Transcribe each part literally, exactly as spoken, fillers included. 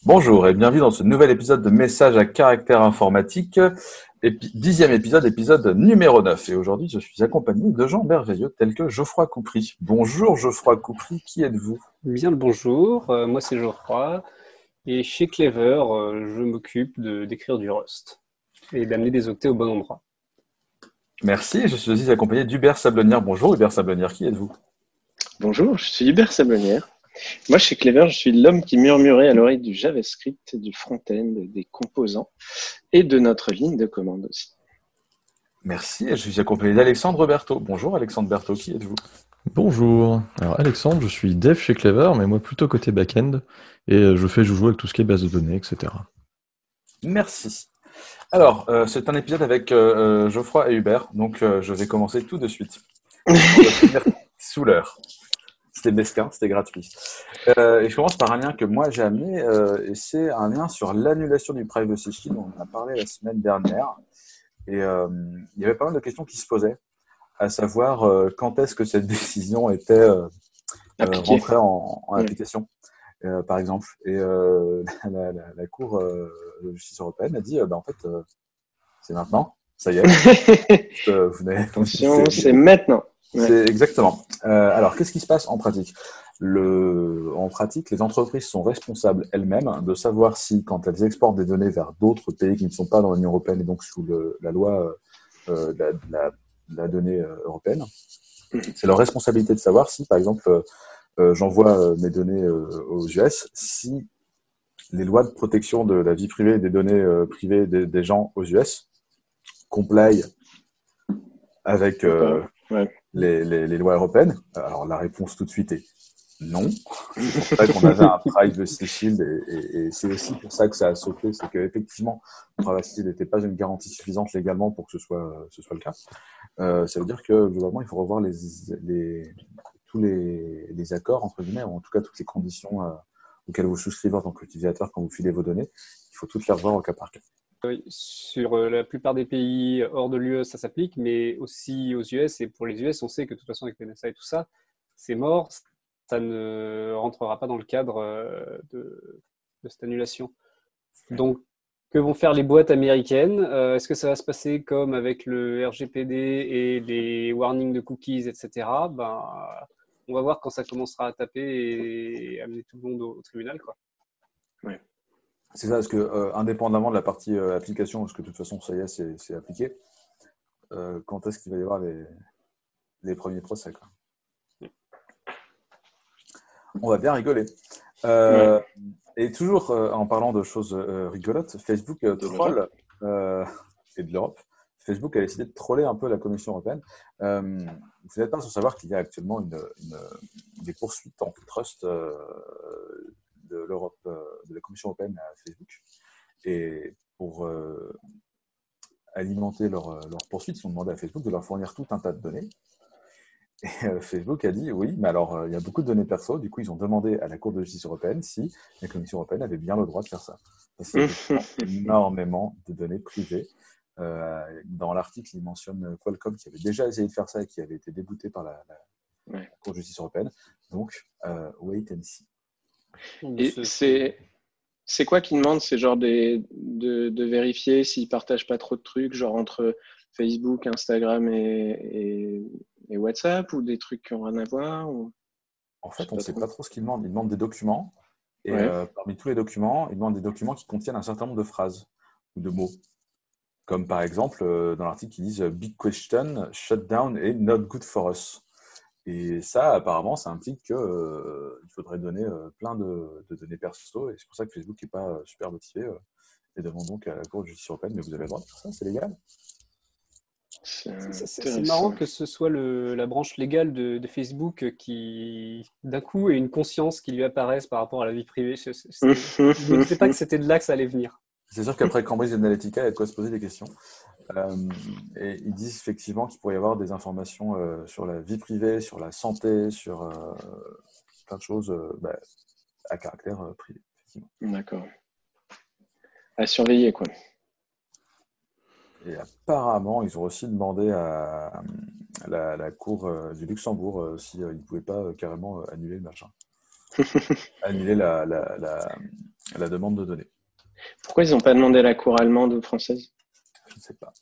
Bonjour et bienvenue dans ce nouvel épisode de Messages à caractère informatique, épi- dixième épisode, épisode numéro neuf. Et aujourd'hui, je suis accompagné de gens merveilleux tels que Geoffroy Coupry. Bonjour Geoffroy Coupry, qui êtes-vous? Bien le bonjour, euh, moi c'est Geoffroy et chez Clever, euh, je m'occupe de d'écrire du Rust et d'amener des octets au bon endroit. Merci, je suis aussi accompagné d'Hubert Sablonnière. Bonjour Hubert Sablonnière, qui êtes-vous? Bonjour, je suis Hubert Sablonnière. Moi, chez Clever, je suis l'homme qui murmurait à l'oreille du JavaScript, du front-end, des composants et de notre ligne de commande aussi. Merci, et je suis accompagné d'Alexandre Berthaud. Bonjour Alexandre Berthaud, qui êtes-vous? Bonjour. Alors Alexandre, je suis dev chez Clever, mais moi plutôt côté back-end, et euh, je fais joujou avec tout ce qui est base de données, et cetera. Merci. Alors, euh, c'est un épisode avec euh, euh, Geoffroy et Hubert, donc euh, je vais commencer tout de suite. On va finir sous l'heure. C'était mesquin, c'était gratuit. Euh, et je commence par un lien que moi j'ai amené, euh, et c'est un lien sur l'annulation du Privacy Shield. On en a parlé la semaine dernière, et euh, il y avait pas mal de questions qui se posaient, à savoir euh, quand est-ce que cette décision était euh, euh, rentrée en, en Ouais. application, euh, par exemple. Et euh, la, la, la Cour euh, de justice européenne a dit, euh, bah, en fait, euh, c'est maintenant, ça y est. Euh, vous n'avez- Attention, c'est- c'est maintenant. Ouais. C'est exactement. Euh, alors, qu'est-ce qui se passe en pratique? Le, en pratique, les entreprises sont responsables elles-mêmes de savoir si, quand elles exportent des données vers d'autres pays qui ne sont pas dans l'Union européenne et donc sous le, la loi euh, de, la, de, la, de la donnée euh, européenne, c'est leur responsabilité de savoir si, par exemple, euh, j'envoie euh, mes données euh, aux U S, si les lois de protection de la vie privée et des données euh, privées des, des gens aux U S comply avec euh, ouais. les, les, les lois européennes. Alors la réponse tout de suite est non. C'est pour ça qu'on avait un Privacy Shield et, et, et c'est aussi pour ça que ça a sauté, c'est qu'effectivement, le Privacy Shield n'était pas une garantie suffisante légalement pour que ce soit, ce soit le cas. Euh, ça veut dire que globalement, il faut revoir les, les, tous les, les accords, entre guillemets, ou en tout cas toutes les conditions euh, auxquelles vous souscrivez en tant qu'utilisateur quand vous filez vos données. Il faut toutes les revoir au cas par cas. Oui, sur euh, la plupart des pays hors de l'U E, ça s'applique, mais aussi aux U S. Et pour les U S, on sait que de toute façon, avec les N S A et tout ça, c'est mort. Ça ne rentrera pas dans le cadre euh, de, de cette annulation. Donc, que vont faire les boîtes américaines? euh, Est-ce que ça va se passer comme avec le R G P D et les warnings de cookies, et cetera. Ben, on va voir quand ça commencera à taper et amener tout le monde au, au tribunal, quoi. Ouais. C'est ça, parce que euh, indépendamment de la partie euh, application, parce que de toute façon, ça y est, c'est, c'est appliqué, euh, quand est-ce qu'il va y avoir les, les premiers procès, quoi. On va bien rigoler. Euh, Ouais. Et toujours euh, en parlant de choses euh, rigolotes, Facebook euh, De troll, euh, et de l'Europe. Facebook a décidé de troller un peu la Commission européenne. Euh, vous n'êtes pas sans savoir qu'il y a actuellement une, une, des poursuites antitrust euh, de l'Europe, euh, de la Commission européenne à Facebook. Et pour euh, alimenter leur, leur poursuite, ils ont demandé à Facebook de leur fournir tout un tas de données. Et euh, Facebook a dit oui, mais alors euh, il y a beaucoup de données perso. Du coup, ils ont demandé à la Cour de justice européenne si la Commission européenne avait bien le droit de faire ça. Parce qu'il y a effectivement énormément de données privées. Euh, dans l'article, il mentionne Qualcomm qui avait déjà essayé de faire ça et qui avait été débouté par la, la, Ouais. la Cour de justice européenne. Donc, euh, wait and see. Et c'est, c'est quoi qui demande? C'est genre des, de, de vérifier s'ils partagent pas trop de trucs, genre entre Facebook, Instagram et, et, et WhatsApp, ou des trucs qui ont rien à voir ou... En fait, on ne sait pas trop ce qu'ils demandent. Ils demandent des documents. Et Ouais. euh, parmi tous les documents, ils demandent des documents qui contiennent un certain nombre de phrases ou de mots. Comme par exemple, euh, dans l'article, ils disent Big question, shutdown et not good for us. Et ça, apparemment, ça implique qu'il euh, faudrait donner euh, plein de, de données perso. Et c'est pour ça que Facebook n'est pas euh, super motivé. Euh, et demande donc à la Cour de justice européenne, mais vous avez le droit de faire ça, c'est légal. C'est, c'est, c'est marrant que ce soit le, la branche légale de, de Facebook qui, d'un coup, ait une conscience qui lui apparaisse par rapport à la vie privée. Je ne me disais pas que c'était de là que ça allait venir. C'est sûr qu'après Cambridge Analytica, il y a de quoi se poser des questions. Euh, et ils disent effectivement qu'il pourrait y avoir des informations euh, sur la vie privée, sur la santé, sur euh, plein de choses euh, bah, à caractère euh, privé. D'accord. À surveiller, quoi. Et apparemment, ils ont aussi demandé à, à la, la Cour euh, du Luxembourg euh, s'ils euh, ne pouvaient pas euh, carrément euh, annuler le machin. Annuler la, la, la, la demande de données. Pourquoi ils n'ont pas demandé la cour allemande ou française? Je ne sais pas.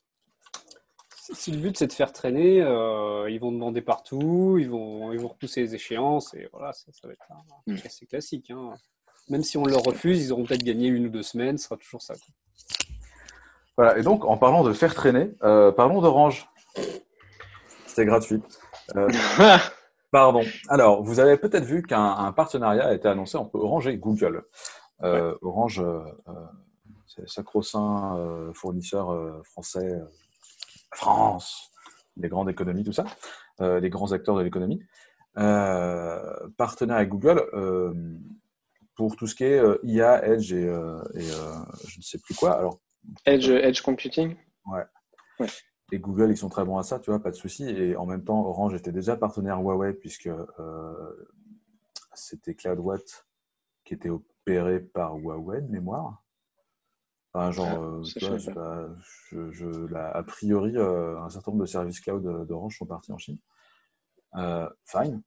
Si le but c'est de faire traîner, euh, ils vont demander partout, ils vont, ils vont repousser les échéances et voilà, ça, ça va être un, un assez classique. Hein. Même si on leur refuse, ils auront peut-être gagné une ou deux semaines, ce sera toujours ça. Quoi. Voilà, et donc en parlant de faire traîner, euh, parlons d'Orange. C'était gratuit. Euh, pardon. Alors, vous avez peut-être vu qu'un un partenariat a été annoncé entre Orange et Google. Euh, ouais. Orange, euh, c'est sacro-saint euh, fournisseur euh, français, euh, France, les grandes économies, tout ça, euh, les grands acteurs de l'économie. Euh, partenaire avec Google euh, pour tout ce qui est euh, I A, Edge et, euh, et euh, je ne sais plus quoi. Alors, Edge, euh, Edge Computing. Ouais. ouais. Et Google, ils sont très bons à ça, tu vois, pas de souci. Et en même temps, Orange était déjà partenaire Huawei puisque euh, c'était CloudWatt qui était opéré par Huawei de mémoire. Enfin, genre, euh, tu vois, je, pas, je, je, là, a priori, euh, un certain nombre de services cloud d'Orange sont partis en Chine. Euh, fine.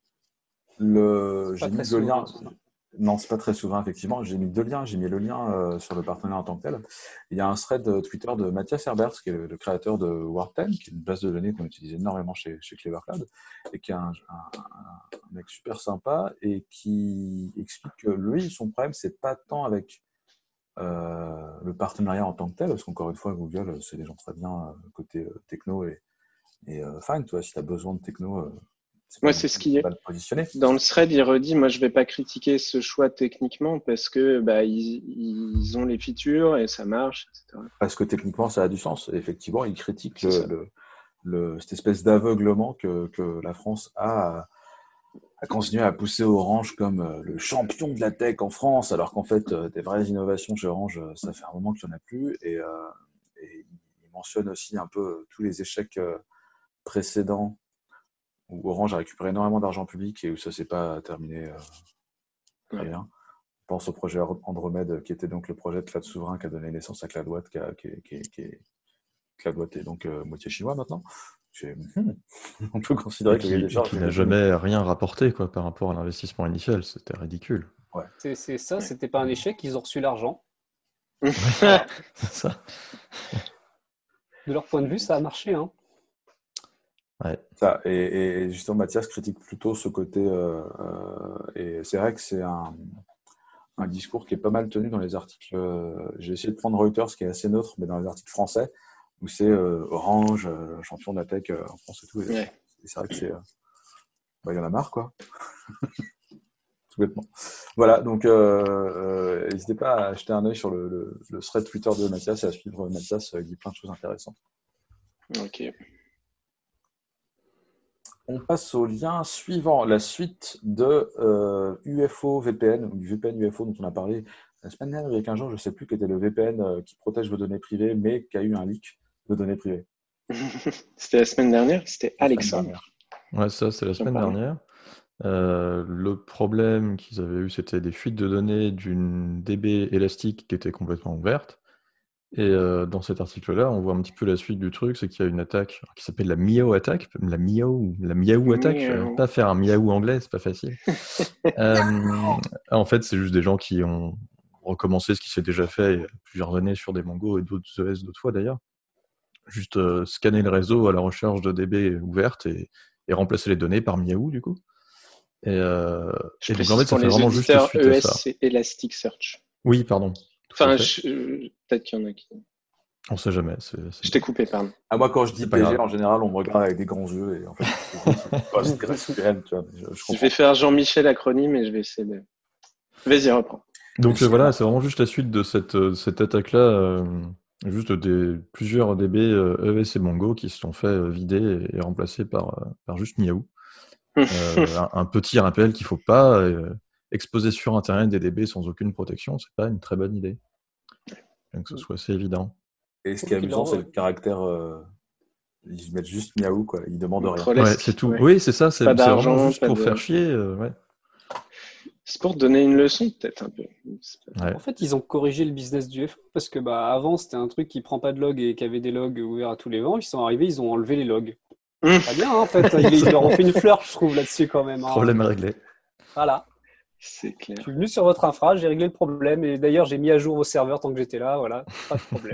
Le, j'ai mis deux liens. Non, c'est pas très souvent, effectivement. J'ai mis deux liens. J'ai mis le lien euh, sur le partenaire en tant que tel. Il y a un thread Twitter de Matthias Herbert, qui est le, le créateur de Warten, qui est une base de données qu'on utilise énormément chez, chez Clever Cloud, et qui est un, un, un, un mec super sympa et qui explique que lui, son problème, c'est pas tant avec euh, le partenariat en tant que tel, parce qu'encore une fois, Google, c'est des gens très bien euh, côté euh, techno et, et euh, fine, tu vois, si tu as besoin de techno. Euh, C'est ouais, c'est ce qui est. Positionner. Dans le thread, il redit, moi, je vais pas critiquer ce choix techniquement parce que bah, ils, ils ont les features et ça marche, et cetera. Parce que techniquement, ça a du sens. Et effectivement, il critique le, le, le, cette espèce d'aveuglement que, que la France a à, à continuer à pousser Orange comme le champion de la tech en France, alors qu'en fait, des vraies innovations chez Orange, ça fait un moment qu'il n'y en a plus. Et, euh, et il mentionne aussi un peu tous les échecs précédents où Orange a récupéré énormément d'argent public et où ça ne s'est pas terminé euh, très bien. Je pense au projet Andromède, qui était donc le projet de cloud souverain qui a donné naissance à CloudWatt, qui, a, qui, est, qui, est, qui est CloudWatt est donc euh, moitié chinois maintenant. Hmm, on peut considérer que qui, qui n'a jamais rien rapporté quoi, par rapport à l'investissement initial. C'était ridicule. Ouais. C'est, c'est ça, c'était pas un échec, ils ont reçu l'argent. C'est ça. De leur point de vue, ça a marché, hein. Ouais. Ça, et, et justement, Mathias critique plutôt ce côté, euh, euh, et c'est vrai que c'est un, un discours qui est pas mal tenu dans les articles. Euh, j'ai essayé de prendre Reuters, qui est assez neutre, mais dans les articles français, où c'est euh, Orange, euh, champion de la tech euh, en France et tout. Et, ouais. et c'est vrai que c'est, euh, bah, y en a marre, quoi. Tout bêtement. Voilà, donc euh, euh, n'hésitez pas à jeter un œil sur le, le, le thread Twitter de Mathias et à suivre Mathias, il dit plein de choses intéressantes. Ok. On passe au lien suivant, la suite de euh, U F O V P N, ou du V P N U F O dont on a parlé la semaine dernière, il y a quinze jours, je ne sais plus, qui était le V P N euh, qui protège vos données privées, mais qui a eu un leak de données privées. C'était la semaine dernière, c'était Alexandre. Ouais, ça, c'est la semaine dernière. Euh, le problème qu'ils avaient eu, c'était des fuites de données d'une D B élastique qui était complètement ouverte. Et euh, dans cet article-là, on voit un petit peu la suite du truc, c'est qu'il y a une attaque qui s'appelle la Miao attack, la Miao, la Miao attack. Je ne vais pas faire un Miao anglais, c'est pas facile. euh, en fait, c'est juste des gens qui ont recommencé ce qui s'est déjà fait il y a plusieurs années sur des Mongo et d'autres E S d'autres fois d'ailleurs. Juste euh, scanner le réseau à la recherche de D B ouvertes et, et remplacer les données par Miao du coup. Et, euh, je et donc en fait, ça fait vraiment juste suite E S, à ça. c'est Elasticsearch. Oui, pardon. Enfin, je... peut-être qu'il y en a qui. On sait jamais. C'est, c'est... Je t'ai coupé, pardon. Ah, moi, quand je dis P G, en général, on me regarde avec des grands yeux et en fait, c'est, c'est Grace P M, tu vois. Je, je, je vais faire Jean-Michel acronyme et je vais essayer de. Vas-y, reprends. Donc euh, voilà, c'est vraiment juste la suite de cette, euh, cette attaque-là. Euh, juste des plusieurs D B euh, E S et Mongo qui se sont fait euh, vider et, et remplacés par, euh, par juste Miao. euh, un, un petit rappel qu'il ne faut pas euh, exposer sur Internet des D B sans aucune protection, c'est pas une très bonne idée. Donc que ce soit assez évident. Et ce qui est amusant, c'est le caractère. Euh, ils mettent juste miaou, quoi. Ils demandent rien. Ouais, c'est tout. Ouais. Oui, c'est ça. C'est, c'est vraiment juste pour de... faire chier. Euh, ouais. C'est pour donner une leçon, peut-être un peu. Ouais. En fait, ils ont corrigé le business du F O parce que bah, avant, c'était un truc qui prend pas de log et qui avait des logs ouverts à tous les vents. Ils sont arrivés, ils ont enlevé les logs. Très bien, hein, en fait. Ils, ils leur ont fait une fleur, je trouve, là-dessus quand même. Hein. Problème réglé. Voilà. C'est clair. Je suis venu sur votre infra, j'ai réglé le problème et d'ailleurs j'ai mis à jour vos serveurs tant que j'étais là, voilà, pas de problème.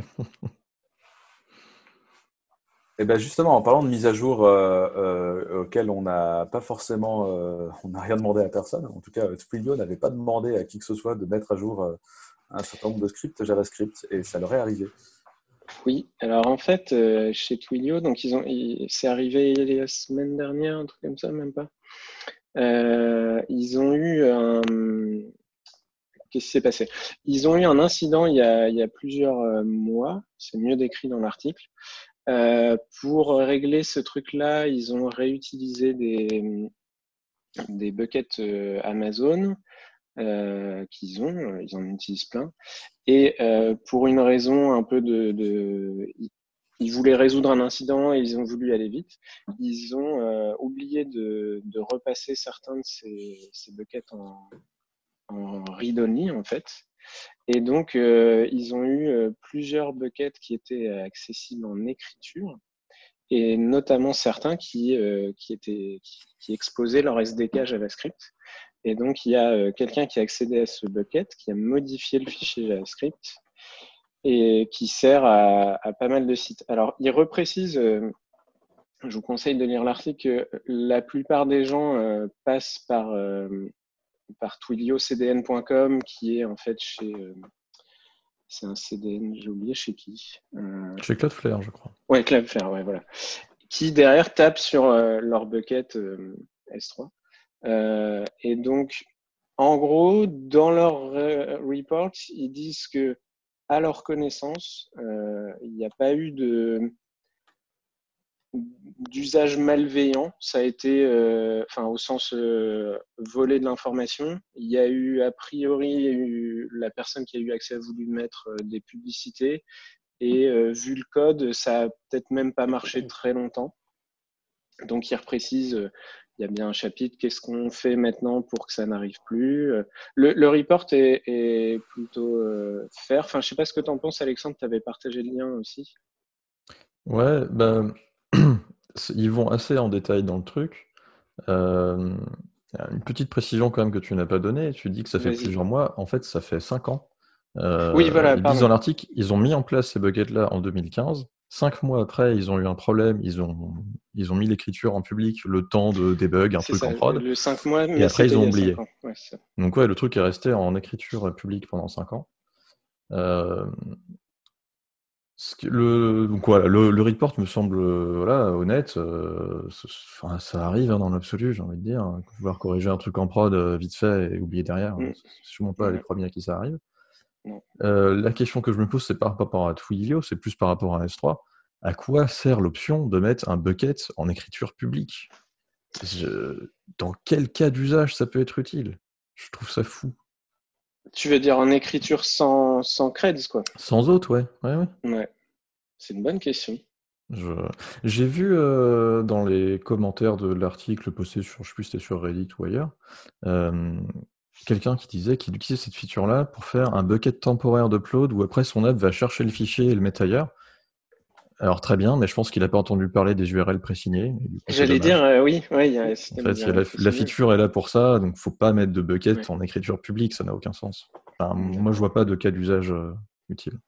Et bien justement, en parlant de mise à jour euh, euh, auquel on n'a pas forcément, euh, on n'a rien demandé à personne. En tout cas, Twilio n'avait pas demandé à qui que ce soit de mettre à jour euh, un certain nombre de scripts JavaScript et ça leur est arrivé. Oui, alors en fait, euh, chez Twilio, donc ils ont, ils, c'est arrivé la semaine dernière, un truc comme ça, même pas. Euh, ils ont eu un. Qu'est-ce qui s'est passé? Ils ont eu un incident il y a, il y a plusieurs euh, mois, c'est mieux décrit dans l'article. Euh, pour régler ce truc-là, ils ont réutilisé des, des buckets euh, Amazon euh, qu'ils ont, ils en utilisent plein. Et euh, pour une raison un peu de, de, ils voulaient résoudre un incident et ils ont voulu aller vite. Ils ont euh, oublié de, de repasser certains de ces, ces buckets en, en read-only en fait. Et donc, euh, ils ont eu euh, plusieurs buckets qui étaient accessibles en écriture et notamment certains qui, euh, qui, étaient, qui, qui exposaient leur S D K JavaScript. Et donc, il y a euh, quelqu'un qui a accédé à ce bucket, qui a modifié le fichier JavaScript et qui sert à, à pas mal de sites. Alors, il reprécise, euh, je vous conseille de lire l'article, que la plupart des gens euh, passent par, euh, par twilio c d n point com, qui est en fait chez... Euh, c'est un C D N, j'ai oublié chez qui. Euh... Chez Cloudflare, je crois. Ouais, Cloudflare, ouais, voilà. Qui derrière tape sur euh, leur bucket euh, S trois. Euh, et donc, en gros, dans leur euh, report, ils disent que, à leur connaissance, euh, il n'y a pas eu de d'usage malveillant. Ça a été, euh, enfin, au sens euh, voler de l'information. Il y a eu, a priori, il y a eu, la personne qui a eu accès a voulu mettre euh, des publicités. Et euh, vu le code, ça a peut-être même pas marché très longtemps. Donc, il reprécise, euh, il y a bien un chapitre, qu'est-ce qu'on fait maintenant pour que ça n'arrive plus. Le, le report est, est plutôt euh, fair. Enfin, je sais pas ce que tu en penses, Alexandre, tu avais partagé le lien aussi. Ouais, ben, ils vont assez en détail dans le truc. Euh, une petite précision quand même que tu n'as pas donnée. Tu dis que ça fait Vas-y. plusieurs mois. En fait, ça fait cinq ans. Euh, Oui, voilà, ils pardon. disent dans l'article, ils ont mis en place ces buckets-là en deux mille quinze. Cinq mois après, ils ont eu un problème. Ils ont, ils ont mis l'écriture en public, le temps de débug, un C'est truc ça, en prod. le cinq mois, Et mais après, c'était ils il ont y a oublié. cinq ans. Ouais, c'est ça. Donc ouais, le truc est resté en écriture publique pendant cinq ans. Euh, ce que- le, donc voilà, le, le report me semble euh, voilà, honnête. Euh, ce- enfin, ça arrive hein, dans l'absolu, j'ai envie de dire. Hein. Vouloir corriger un truc en prod euh, vite fait et oublier derrière, Mm. c'est sûrement pas les Ouais. premiers à qui ça arrive. Non. Euh, la question que je me pose, c'est pas par rapport à Twilio, c'est plus par rapport à S trois. À quoi sert l'option de mettre un bucket en écriture publique? Je- Dans quel cas d'usage ça peut être utile? Je trouve ça fou. Tu veux dire en écriture sans, sans creds, quoi? Sans autre, ouais. Ouais, ouais. Ouais, c'est une bonne question. Je... J'ai vu euh, dans les commentaires de l'article posté sur, je sais plus si c'était sur Reddit ou ailleurs, euh, quelqu'un qui disait qu'il utilisait cette feature-là pour faire un bucket temporaire d'upload où après son app va chercher le fichier et le mettre ailleurs. Alors très bien, mais je pense qu'il n'a pas entendu parler des U R L présignés. Et du coup, c'est J'allais dire, dommage. euh, oui, ouais, il y a un En système fait, il y a la, la feature est là pour ça, donc faut pas mettre de bucket Ouais. en écriture publique, ça n'a aucun sens. Enfin, moi, D'accord. je vois pas de cas d'usage euh, utile.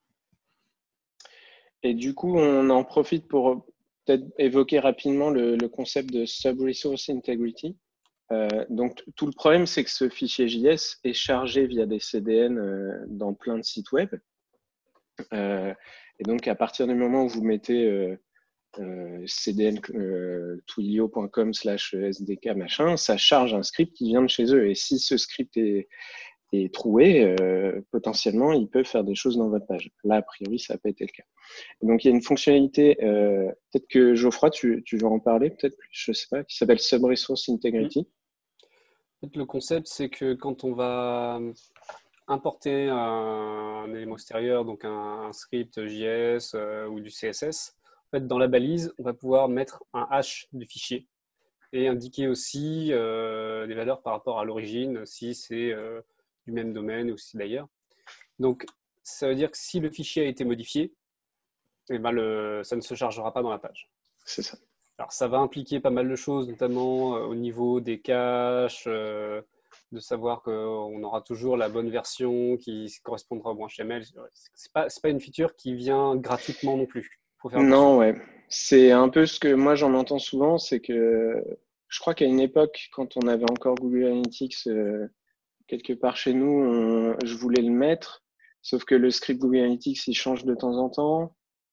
Et du coup, on en profite pour peut-être évoquer rapidement le, le concept de sub-resource integrity. Euh, donc, tout le problème, c'est que ce fichier J S est chargé via des C D N euh, dans plein de sites web. Euh, et donc, à partir du moment où vous mettez euh, euh, cdn euh, twilio point com slash S D K machin, ça charge un script qui vient de chez eux. Et si ce script est, est troué, euh, potentiellement, il peut faire des choses dans votre page. Là, a priori, ça n'a pas été le cas. Donc, il y a une fonctionnalité, euh, peut-être que Geoffroy, tu, tu veux en parler, peut-être plus, je ne sais pas, qui s'appelle Sub-Resource Integrity. En fait, le concept, c'est que quand on va importer un, un élément extérieur, donc un, un script J S euh, ou du C S S, en fait, dans la balise, on va pouvoir mettre un hash du fichier et indiquer aussi euh, des valeurs par rapport à l'origine, si c'est euh, du même domaine ou si c'est d'ailleurs. Donc, ça veut dire que si le fichier a été modifié, eh ben le, ça ne se chargera pas dans la page. C'est ça. Alors, ça va impliquer pas mal de choses, notamment euh, au niveau des caches, euh, de savoir qu'on aura toujours la bonne version qui correspondra au bon H T M L. C'est pas, c'est pas une feature qui vient gratuitement non plus. Faut faire attention. Non, ouais. C'est un peu ce que moi j'en entends souvent, c'est que je crois qu'à une époque, quand on avait encore Google Analytics euh, quelque part chez nous, on, je voulais le mettre, sauf que le script Google Analytics, il change de temps en temps.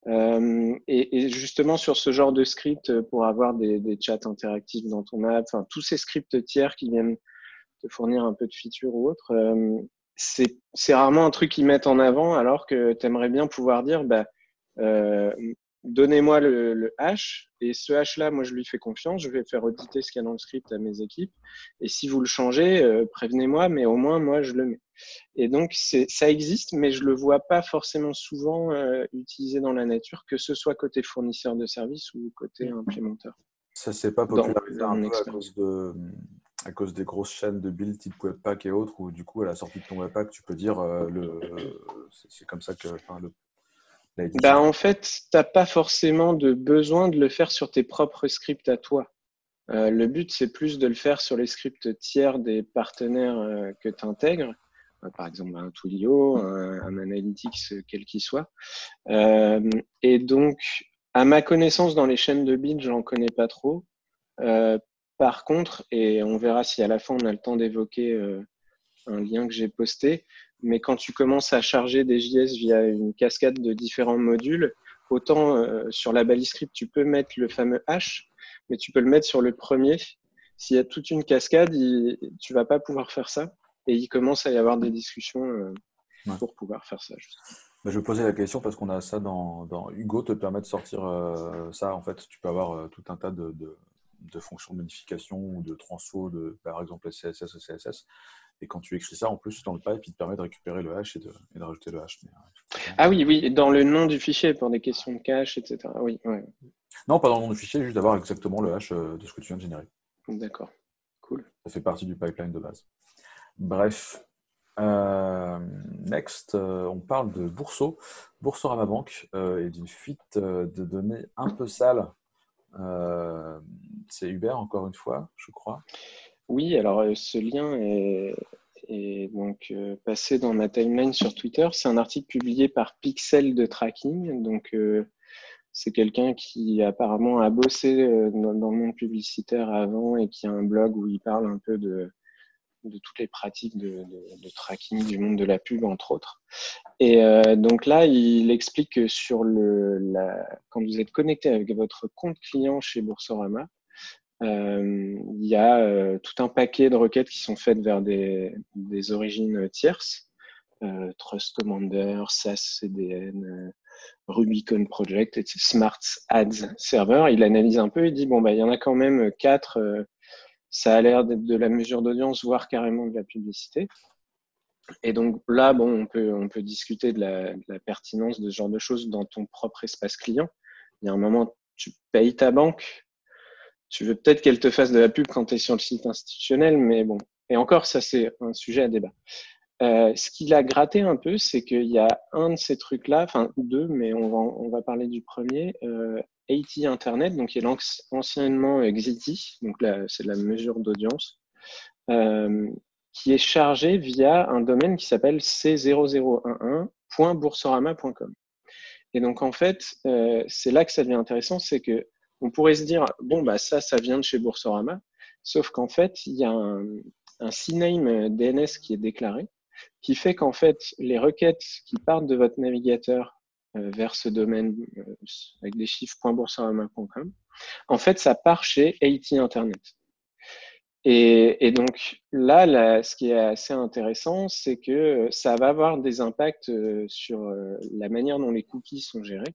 Euh, et, et justement, sur ce genre de script, pour avoir des, des chats interactifs dans ton app, enfin, tous ces scripts tiers qui viennent te fournir un peu de features ou autre, euh, c'est, c'est rarement un truc qu'ils mettent en avant, alors que tu aimerais bien pouvoir dire, bah, euh, donnez-moi le, le hash, et ce hash-là, moi, je lui fais confiance, je vais faire auditer ce qu'il y a dans le script à mes équipes, et si vous le changez, euh, prévenez-moi, mais au moins, moi, je le mets. Et donc, c'est, ça existe, mais je le vois pas forcément souvent euh, utilisé dans la nature, que ce soit côté fournisseur de services ou côté implémenteur. Ça s'est pas popularisé un peu à cause, de, à cause des grosses chaînes de build type Webpack et autres, où du coup, à la sortie de ton Webpack, tu peux dire, euh, le, c'est, c'est comme ça que... Enfin, le, bah, en fait, tu n'as pas forcément de besoin de le faire sur tes propres scripts à toi. Euh, le but, c'est plus de le faire sur les scripts tiers des partenaires euh, que tu intègres. Euh, par exemple, un Twilio, un, un Analytics, quel qu'il soit. Euh, et donc, à ma connaissance, dans les chaînes de build, j'en connais pas trop. Euh, par contre, et on verra si à la fin on a le temps d'évoquer euh, un lien que j'ai posté, mais quand tu commences à charger des J S via une cascade de différents modules, autant euh, sur la balise script, tu peux mettre le fameux hash, mais tu peux le mettre sur le premier. S'il y a toute une cascade, il, tu vas pas pouvoir faire ça. Et il commence à y avoir des discussions euh, ouais. pour pouvoir faire ça. Bah, je vais poser la question parce qu'on a ça dans, dans Hugo te permet de sortir euh, ça. En fait, tu peux avoir euh, tout un tas de, de, de fonctions de modification ou de transfo, de, par exemple C S S et C S S. Et quand tu écris ça, en plus, dans le pipe, il te permet de récupérer le hash et de, et de rajouter le hash. Mais, euh, ah oui, oui, dans le nom du fichier pour des questions de cache, et cetera. Oui, ouais. Non, pas dans le nom du fichier, juste d'avoir exactement le hash de ce que tu viens de générer. D'accord, cool. Ça fait partie du pipeline de base. Bref. Euh, next, euh, on parle de Bourseau, Boursorama Bank euh, et d'une fuite euh, de données un peu sale. Euh, c'est Hubert, encore une fois, je crois. Oui, alors euh, ce lien est, est donc euh, passé dans ma timeline sur Twitter. C'est un article publié par Pixel de Tracking. Donc, euh, c'est quelqu'un qui apparemment a bossé euh, dans, dans le monde publicitaire avant et qui a un blog où il parle un peu de, de toutes les pratiques de, de, de tracking du monde de la pub, entre autres. Et euh, donc là, il explique que sur le, la, quand vous êtes connecté avec votre compte client chez Boursorama, Euh, il y a euh, tout un paquet de requêtes qui sont faites vers des, des origines tierces, euh, Trust Commander, S A S C D N, euh, Rubicon Project, et Smart Ads Server. Il analyse un peu et dit bon bah il y en a quand même quatre. Euh, ça a l'air d'être de la mesure d'audience, voire carrément de la publicité. Et donc là, bon, on peut on peut discuter de la, de la pertinence de ce genre de choses dans ton propre espace client. Il y a un moment, tu payes ta banque. Tu veux peut-être qu'elle te fasse de la pub quand tu es sur le site institutionnel, mais bon. Et encore, ça, c'est un sujet à débat. Euh, ce qu'il a gratté un peu, c'est qu'il y a un de ces trucs-là, enfin deux, mais on va, on va parler du premier, euh, A T Internet, donc qui est anciennement X I T, donc là, c'est de la mesure d'audience, euh, qui est chargé via un domaine qui s'appelle c zéro zéro un un point boursorama point com. Et donc, en fait, euh, c'est là que ça devient intéressant, c'est que on pourrait se dire, bon, bah ça, ça vient de chez Boursorama, sauf qu'en fait, il y a un, un C N A M D N S qui est déclaré, qui fait qu'en fait, les requêtes qui partent de votre navigateur euh, vers ce domaine euh, avec des chiffres .boursorama point com, en fait, ça part chez A T Internet. Et, et donc là, là, ce qui est assez intéressant, c'est que ça va avoir des impacts sur la manière dont les cookies sont gérés.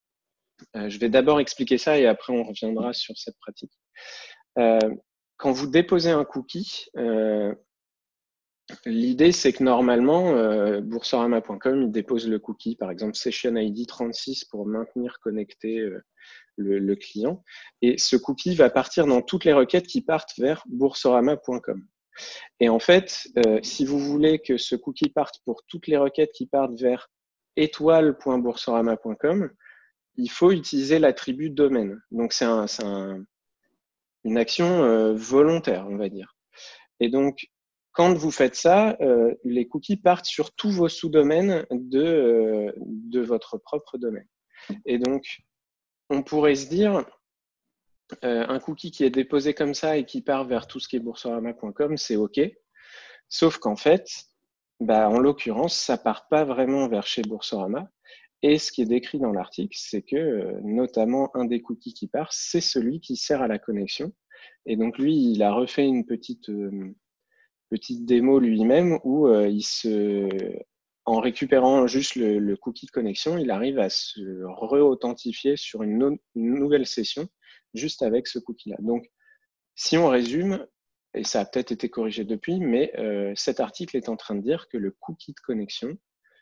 Euh, je vais d'abord expliquer ça et après on reviendra sur cette pratique. Euh, quand vous déposez un cookie, euh, l'idée c'est que normalement, euh, boursorama point com il dépose le cookie, par exemple session I D trente-six pour maintenir connecté euh, le, le client. Et ce cookie va partir dans toutes les requêtes qui partent vers boursorama point com. Et en fait, euh, si vous voulez que ce cookie parte pour toutes les requêtes qui partent vers étoile point boursorama point com, il faut utiliser l'attribut domaine. Donc, c'est un, c'est un, une action euh, volontaire, on va dire. Et donc, quand vous faites ça, euh, les cookies partent sur tous vos sous-domaines de, euh, de votre propre domaine. Et donc, on pourrait se dire, euh, un cookie qui est déposé comme ça et qui part vers tout ce qui est boursorama point com, c'est OK. Sauf qu'en fait, bah, en l'occurrence, ça part pas vraiment vers chez Boursorama. Et ce qui est décrit dans l'article, c'est que euh, notamment un des cookies qui part, c'est celui qui sert à la connexion. Et donc lui, il a refait une petite, euh, petite démo lui-même où euh, il se, en récupérant juste le, le cookie de connexion, il arrive à se re-authentifier sur une, no- une nouvelle session juste avec ce cookie-là. Donc, si on résume, et ça a peut-être été corrigé depuis, mais euh, cet article est en train de dire que le cookie de connexion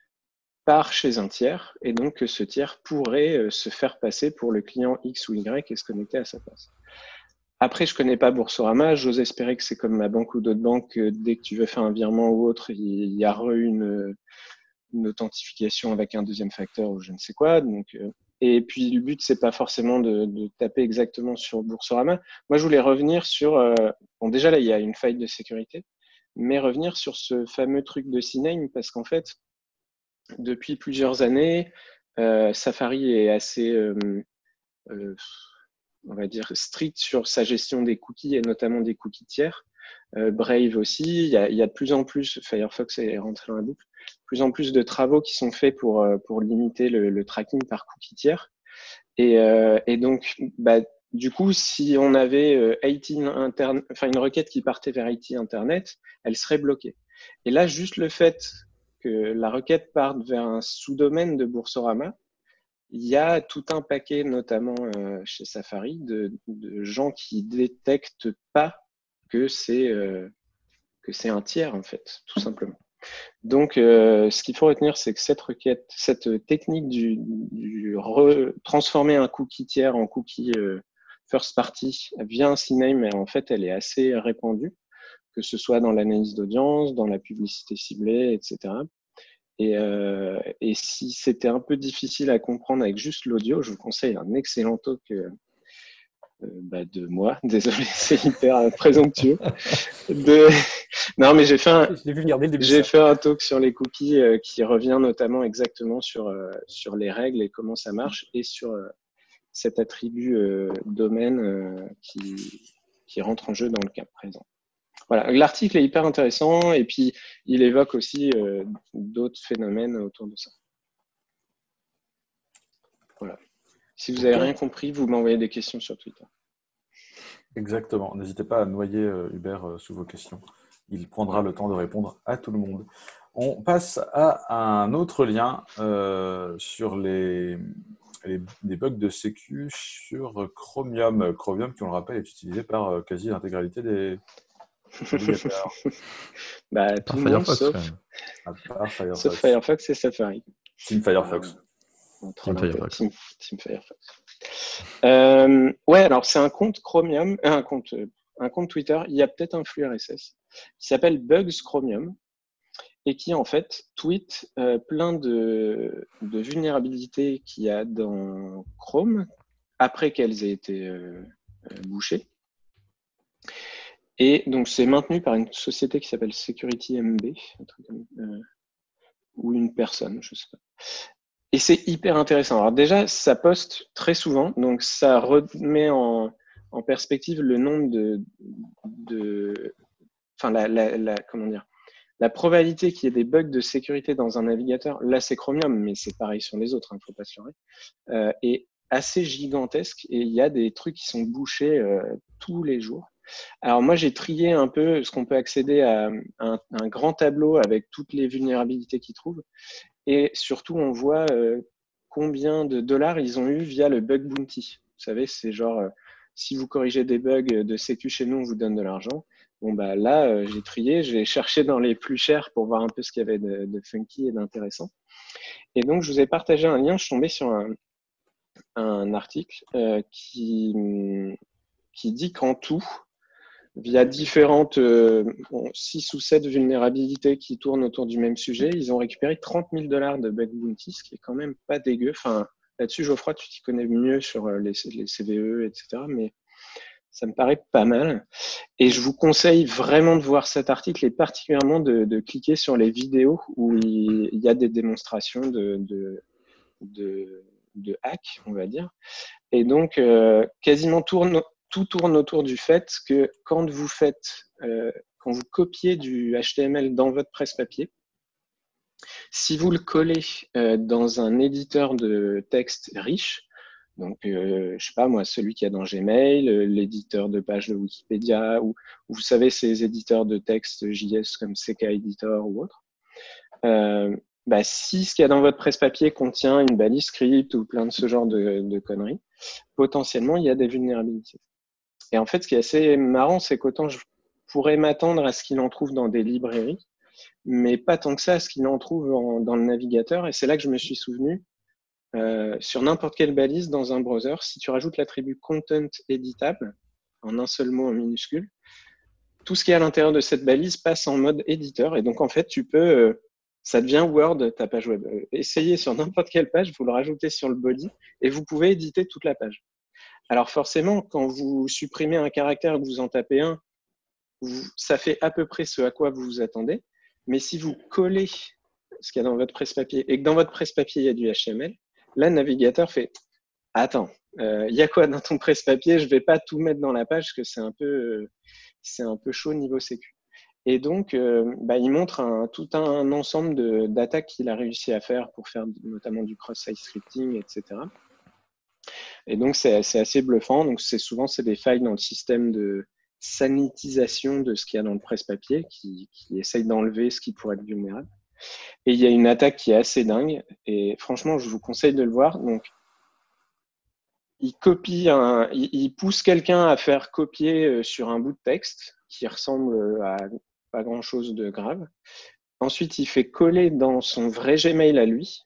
part chez un tiers et donc que ce tiers pourrait euh, se faire passer pour le client X ou Y et se connecter à sa place. Après, je ne connais pas Boursorama, j'ose espérer que c'est comme ma banque ou d'autres banques, dès que tu veux faire un virement ou autre, il y a une, une authentification avec un deuxième facteur ou je ne sais quoi. Donc, euh, et puis le but, c'est pas forcément de, de taper exactement sur Boursorama. Moi, je voulais revenir sur, euh, bon déjà là, il y a une faille de sécurité, mais revenir sur ce fameux truc de C name parce qu'en fait, depuis plusieurs années, euh, Safari est assez, euh, euh, on va dire, strict sur sa gestion des cookies et notamment des cookies tiers. Euh, Brave aussi, il y, a, il y a de plus en plus, Firefox est rentré dans la boucle, de plus en plus de travaux qui sont faits pour, pour limiter le, le tracking par cookies tiers. Et, euh, et donc, bah, du coup, si on avait euh, I T interne, enfin une requête qui partait vers I T Internet, elle serait bloquée. Et là, juste le fait que la requête parte vers un sous-domaine de Boursorama, il y a tout un paquet, notamment euh, chez Safari, de, de gens qui détectent pas que c'est euh, que c'est un tiers, en fait, tout simplement. Donc, euh, ce qu'il faut retenir, c'est que cette requête, cette technique du, du re, transformer un cookie tiers en cookie euh, first party via un C name, en fait, elle est assez répandue, que ce soit dans l'analyse d'audience, dans la publicité ciblée, et cetera. Et, euh, et si c'était un peu difficile à comprendre avec juste l'audio, je vous conseille un excellent talk euh, bah de moi. Désolé, c'est hyper présomptueux. De... Non, mais j'ai fait un, j'ai fait un talk sur les cookies euh, qui revient notamment exactement sur, euh, sur les règles et comment ça marche et sur euh, cet attribut euh, domaine euh, qui, qui rentre en jeu dans le cas présent. Voilà, l'article est hyper intéressant et puis il évoque aussi euh, d'autres phénomènes autour de ça. Voilà. Si vous n'avez okay. rien compris, vous m'envoyez des questions sur Twitter. Exactement. N'hésitez pas à noyer euh, Hubert euh, sous vos questions. Il prendra le temps de répondre à tout le monde. On passe à un autre lien euh, sur les, les, les bugs de sécu sur Chromium. Chromium, qui on le rappelle, est utilisé par euh, quasi l'intégralité des navigateurs. bah, tout le monde, sauf, à part Firefox. sauf Firefox et Safari. Team Firefox. Euh, Team Firefox. Team, Team Firefox. Euh, ouais, alors c'est un compte Chromium, un compte, un compte Twitter. Il y a peut-être un flux R S S qui s'appelle Bugs Chromium et qui en fait tweet euh, plein de, de vulnérabilités qu'il y a dans Chrome après qu'elles aient été euh, bouchées. Et donc c'est maintenu par une société qui s'appelle Security M B, un truc comme, euh, ou une personne, je sais pas. Et c'est hyper intéressant. Alors déjà, ça poste très souvent, donc ça remet en, en perspective le nombre de, de enfin la, la, la, comment dire, la probabilité qu'il y ait des bugs de sécurité dans un navigateur. Là, c'est Chromium, mais c'est pareil sur les autres, il hein, ne faut pas se leurrer. Euh, est assez gigantesque et il y a des trucs qui sont bouchés euh, tous les jours. Alors moi, j'ai trié un peu ce qu'on peut accéder à un, un grand tableau avec toutes les vulnérabilités qu'ils trouvent. Et surtout, on voit euh, combien de dollars ils ont eu via le bug bounty. Vous savez, c'est genre, euh, si vous corrigez des bugs de sécu chez nous, on vous donne de l'argent. Bon, bah là, euh, j'ai trié, j'ai cherché dans les plus chers pour voir un peu ce qu'il y avait de, de funky et d'intéressant. Et donc, je vous ai partagé un lien. Je suis tombé sur un, un article euh, qui, qui dit qu'en tout, via différentes euh, bon, six ou sept vulnérabilités qui tournent autour du même sujet, ils ont récupéré trente mille dollars de bug bounty, ce qui est quand même pas dégueu. Enfin, là-dessus, Geoffroy, tu t'y connais mieux sur les, les C V E, et cetera. Mais Ça me paraît pas mal. Et je vous conseille vraiment de voir cet article et particulièrement de, de cliquer sur les vidéos où il, il y a des démonstrations de, de, de, de hack, on va dire. Et donc, euh, quasiment tourne, tout tourne autour du fait que quand vous faites, euh, quand vous copiez du H T M L dans votre presse-papier, si vous le collez euh, dans un éditeur de texte riche, donc, euh, je sais pas moi, celui qu'il y a dans Gmail, euh, l'éditeur de page de Wikipédia, ou, ou vous savez, ces éditeurs de texte J S comme C K Editor ou autre. Euh, bah, si ce qu'il y a dans votre presse-papier contient une balise script ou plein de ce genre de, de conneries, potentiellement, il y a des vulnérabilités. Et en fait, ce qui est assez marrant, c'est qu'autant je pourrais m'attendre à ce qu'il en trouve dans des librairies, mais pas tant que ça à ce qu'il en trouve en, dans le navigateur. Et c'est là que je me suis souvenu, Euh, sur n'importe quelle balise dans un browser, si tu rajoutes l'attribut content editable, en un seul mot en minuscule, tout ce qui est à l'intérieur de cette balise passe en mode éditeur. Et donc, en fait, tu peux, euh, ça devient Word, ta page web. Euh, essayez sur n'importe quelle page, vous le rajoutez sur le body et vous pouvez éditer toute la page. Alors, forcément, quand vous supprimez un caractère et que vous en tapez un, vous, ça fait à peu près ce à quoi vous vous attendez. Mais si vous collez ce qu'il y a dans votre presse-papier et que dans votre presse-papier, il y a du H T M L, là, le navigateur fait « Attends, il euh, y a quoi dans ton presse-papier? Je ne vais pas tout mettre dans la page parce que c'est un peu, euh, c'est un peu chaud niveau sécu. » Et donc, euh, bah, il montre un, tout un ensemble d'attaques qu'il a réussi à faire pour faire notamment du cross-site scripting, et cetera. Et donc, c'est assez bluffant. Donc, c'est souvent, c'est des failles dans le système de sanitisation de ce qu'il y a dans le presse-papier qui, qui essaye d'enlever ce qui pourrait être vulnérable. Et il y a une attaque qui est assez dingue. Et franchement, je vous conseille de le voir. Donc, il copie un, il, il pousse quelqu'un à faire copier sur un bout de texte qui ressemble à pas grand-chose de grave. Ensuite, il fait coller dans son vrai Gmail à lui.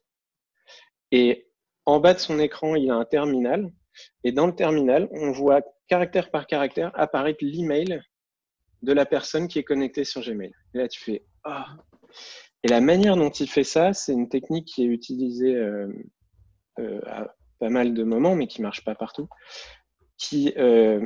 Et en bas de son écran, il a un terminal. Et dans le terminal, on voit caractère par caractère apparaître l'email de la personne qui est connectée sur Gmail. Et là, tu fais « Ah oh !» Et la manière dont il fait ça, c'est une technique qui est utilisée euh, euh, à pas mal de moments, mais qui ne marche pas partout, qui euh,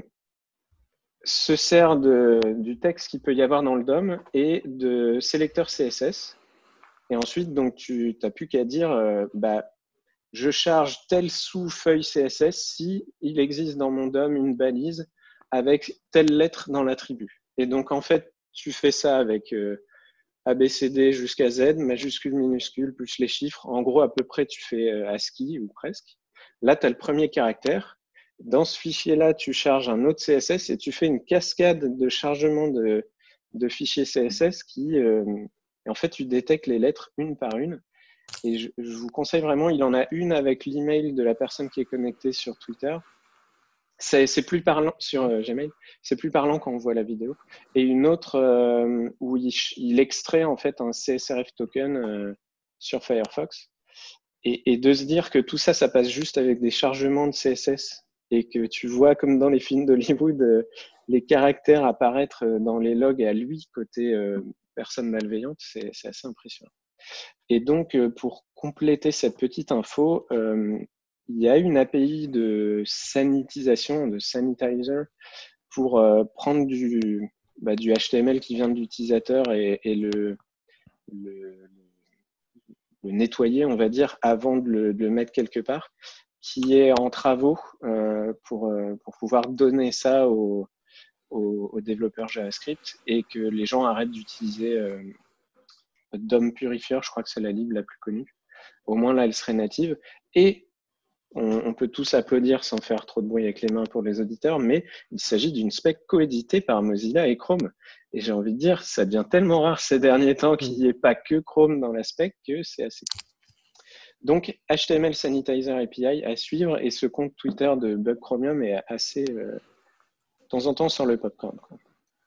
se sert de, du texte qu'il peut y avoir dans le D O M et de sélecteurs C S S. Et ensuite, donc, tu n'as plus qu'à dire euh, bah, je charge telle sous-feuille C S S si il existe dans mon D O M une balise avec telle lettre dans l'attribut. Et donc, en fait, tu fais ça avec euh, A B C D jusqu'à Z, majuscule, minuscule, plus les chiffres. En gros, à peu près, tu fais euh, ASCII ou presque. Là, tu as le premier caractère. Dans ce fichier-là, tu charges un autre C S S et tu fais une cascade de chargement de, de fichiers C S S qui, euh, et en fait, tu détectes les lettres une par une. Et je, je vous conseille vraiment, il en a une avec l'email de la personne qui est connectée sur Twitter. C'est plus parlant sur euh, Gmail, c'est plus parlant quand on voit la vidéo. Et une autre euh, où il, il extrait en fait un C S R F token euh, sur Firefox. Et, et de se dire que tout ça, ça passe juste avec des chargements de C S S et que tu vois comme dans les films d'Hollywood euh, les caractères apparaître dans les logs à lui côté euh, personne malveillante, c'est assez impressionnant. Et donc, pour compléter cette petite info, euh, il y a une A P I de sanitisation, de sanitizer, pour euh, prendre du, bah, du H T M L qui vient de l'utilisateur et, et le, le, le nettoyer, on va dire, avant de le, de le mettre quelque part, qui est en travaux euh, pour, euh, pour pouvoir donner ça aux, aux, aux développeurs JavaScript et que les gens arrêtent d'utiliser euh, D O M Purifier, je crois que c'est la lib la plus connue. Au moins là, elle serait native. Et on, on peut tous applaudir sans faire trop de bruit avec les mains pour les auditeurs, mais il s'agit d'une spec coéditée par Mozilla et Chrome. Et j'ai envie de dire, ça devient tellement rare ces derniers temps qu'il n'y ait pas que Chrome dans la spec que c'est assez cool. Donc, H T M L Sanitizer A P I à suivre et ce compte Twitter de Bug Chromium est assez, euh, de temps en temps, sur le popcorn, quoi.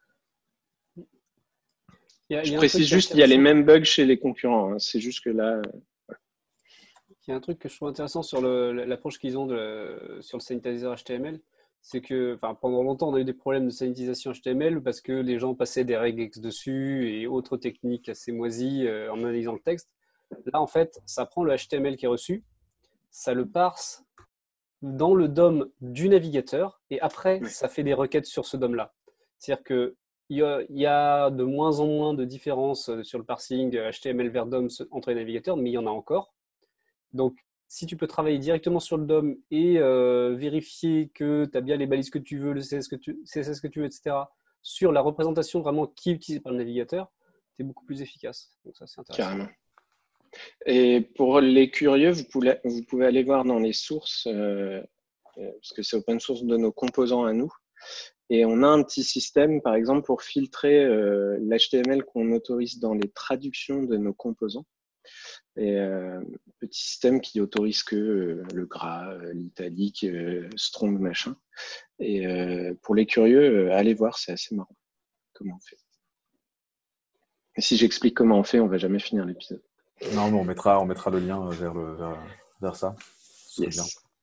Il y a, je il y a précise juste qu'il y a les mêmes bugs chez les concurrents. Hein. C'est juste que là... Euh, ouais. Il y a un truc que je trouve intéressant sur l'approche qu'ils ont de, sur le sanitizer H T M L, c'est que pendant longtemps, on a eu des problèmes de sanitisation H T M L parce que les gens passaient des regex dessus et autres techniques assez moisies euh, en analysant le texte. Là, en fait, ça prend le H T M L qui est reçu, ça le parse dans le D O M du navigateur et après, Oui. ça fait des requêtes sur ce D O M-là. C'est-à-dire qu'il y a, y a de moins en moins de différences sur le parsing H T M L vers D O M entre les navigateurs, mais il y en a encore. Donc, si tu peux travailler directement sur le D O M et euh, vérifier que tu as bien les balises que tu veux, le C S S que tu, C S S que tu veux, et cetera, sur la représentation vraiment qui est utilisée par le navigateur, tu es beaucoup plus efficace. Donc ça, c'est intéressant. Carrément. Et pour les curieux, vous pouvez, vous pouvez aller voir dans les sources, euh, parce que c'est open source de nos composants à nous. Et on a un petit système, par exemple, pour filtrer euh, l'H T M L qu'on autorise dans les traductions de nos composants. Et euh, petit système qui autorise que euh, le gras, euh, l'italique, euh, strong, machin. Et euh, pour les curieux, euh, allez voir, c'est assez marrant comment on fait. Et si j'explique comment on fait, on va jamais finir l'épisode. Non, mais on mettra, on mettra le lien vers, le, vers, vers ça. Ce serait Yes. bien.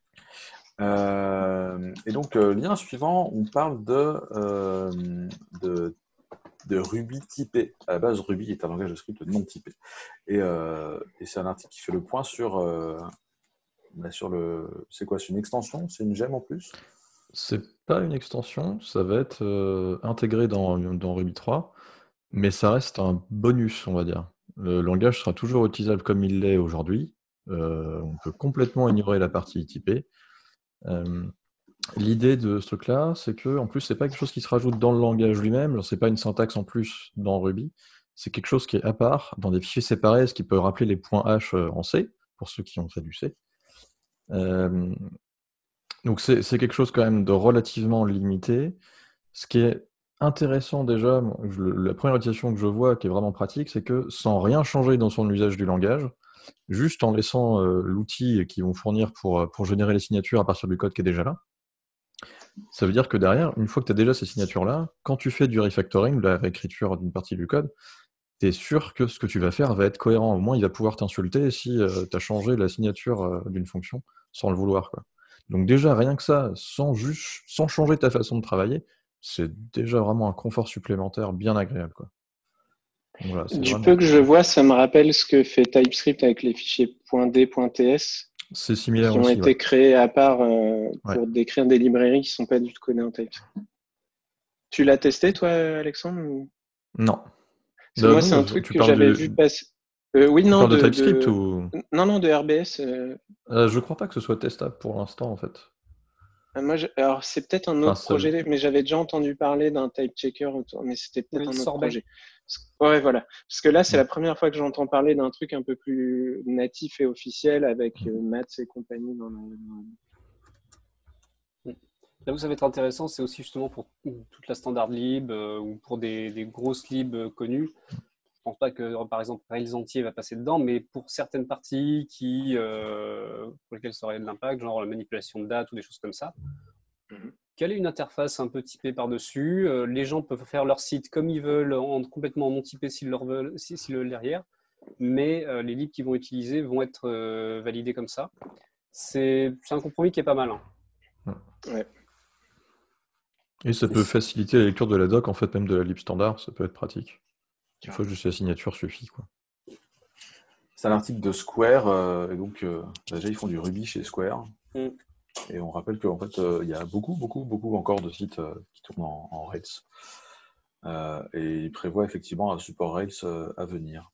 Euh, et donc, euh, lien suivant, on parle de, euh, de, de Ruby typé. À la base, Ruby est un langage de script non typé. Et, euh, et c'est un article qui fait le point sur, euh, bah, sur le... C'est quoi? C'est une extension? C'est une gemme en plus? C'est pas une extension, ça va être euh, intégré dans, dans Ruby trois, mais ça reste un bonus, on va dire. Le langage sera toujours utilisable comme il l'est aujourd'hui. Euh, on peut complètement ignorer la partie typée. Euh, L'idée de ce truc-là, c'est que, en plus, c'est pas quelque chose qui se rajoute dans le langage lui-même. Alors, c'est pas une syntaxe en plus dans Ruby. C'est quelque chose qui est à part, dans des fichiers séparés, ce qui peut rappeler les points H en C, pour ceux qui ont fait du C. Euh, donc, c'est c'est quelque chose quand même de relativement limité. Ce qui est intéressant déjà, moi, je- la première utilisation que je vois qui est vraiment pratique, c'est que sans rien changer dans son usage du langage, juste en laissant euh, l'outil qu'ils vont fournir pour, euh, pour générer les signatures à partir du code qui est déjà là, ça veut dire que derrière, une fois que tu as déjà ces signatures-là, quand tu fais du refactoring, de la réécriture d'une partie du code, tu es sûr que ce que tu vas faire va être cohérent. Au moins, il va pouvoir t'insulter si euh, tu as changé la signature euh, d'une fonction sans le vouloir, quoi. Donc déjà, rien que ça, sans, juste, sans changer ta façon de travailler, c'est déjà vraiment un confort supplémentaire bien agréable, quoi. Donc voilà, c'est Du vraiment peu que je cool. vois, ça me rappelle ce que fait TypeScript avec les fichiers .d.ts C'est similaire qui ont aussi, été ouais. créés à part euh, Ouais. pour décrire des librairies qui ne sont pas du tout codées en TypeScript. Tu l'as testé, toi, Alexandre ou... Non. Parce que Euh, moi, non, c'est un mais truc tu que parles j'avais du... vu passer. Euh, oui, tu non, parles de de, TypeScript de... ou... non, non, de R B S. Euh... Euh, je crois pas que ce soit testable pour l'instant, en fait. Moi, je... alors c'est peut-être un Enfin, autre ça... projet, mais j'avais déjà entendu parler d'un type checker autour, mais c'était peut-être Oui, un autre sorbet. projet. Ouais, voilà. Parce que là, c'est Mm. la première fois que j'entends parler d'un truc un peu plus natif et officiel avec Mm. euh, Maths et compagnie dans la. Là où ça va être intéressant, c'est aussi justement pour toute la standard lib euh, ou pour des, des grosses libs euh, connues. Je pense pas que, par exemple, Rails entier va passer dedans, mais pour certaines parties qui, euh, pour lesquelles ça aurait de l'impact, genre la manipulation de dates ou des choses comme ça, Mhm. caler une interface un peu typée par-dessus. Euh, les gens peuvent faire leur site comme ils veulent, en, complètement non typé s'ils le veulent, s'ils le veulent derrière, mais euh, les libs qu'ils vont utiliser vont être euh, validés comme ça. C'est un compromis qui est pas mal. Hein. Ouais. Et ça peut faciliter la lecture de la doc, en fait, même de la lib standard, ça peut être pratique. Une fois juste la signature suffit, quoi. C'est un article de Square, euh, et donc euh, déjà ils font du Ruby chez Square. Mm. Et on rappelle qu'en fait, euh, il y a beaucoup, beaucoup, beaucoup encore de sites euh, qui tournent en, en Rails. Euh, et ils prévoient effectivement un support Rails euh, à venir.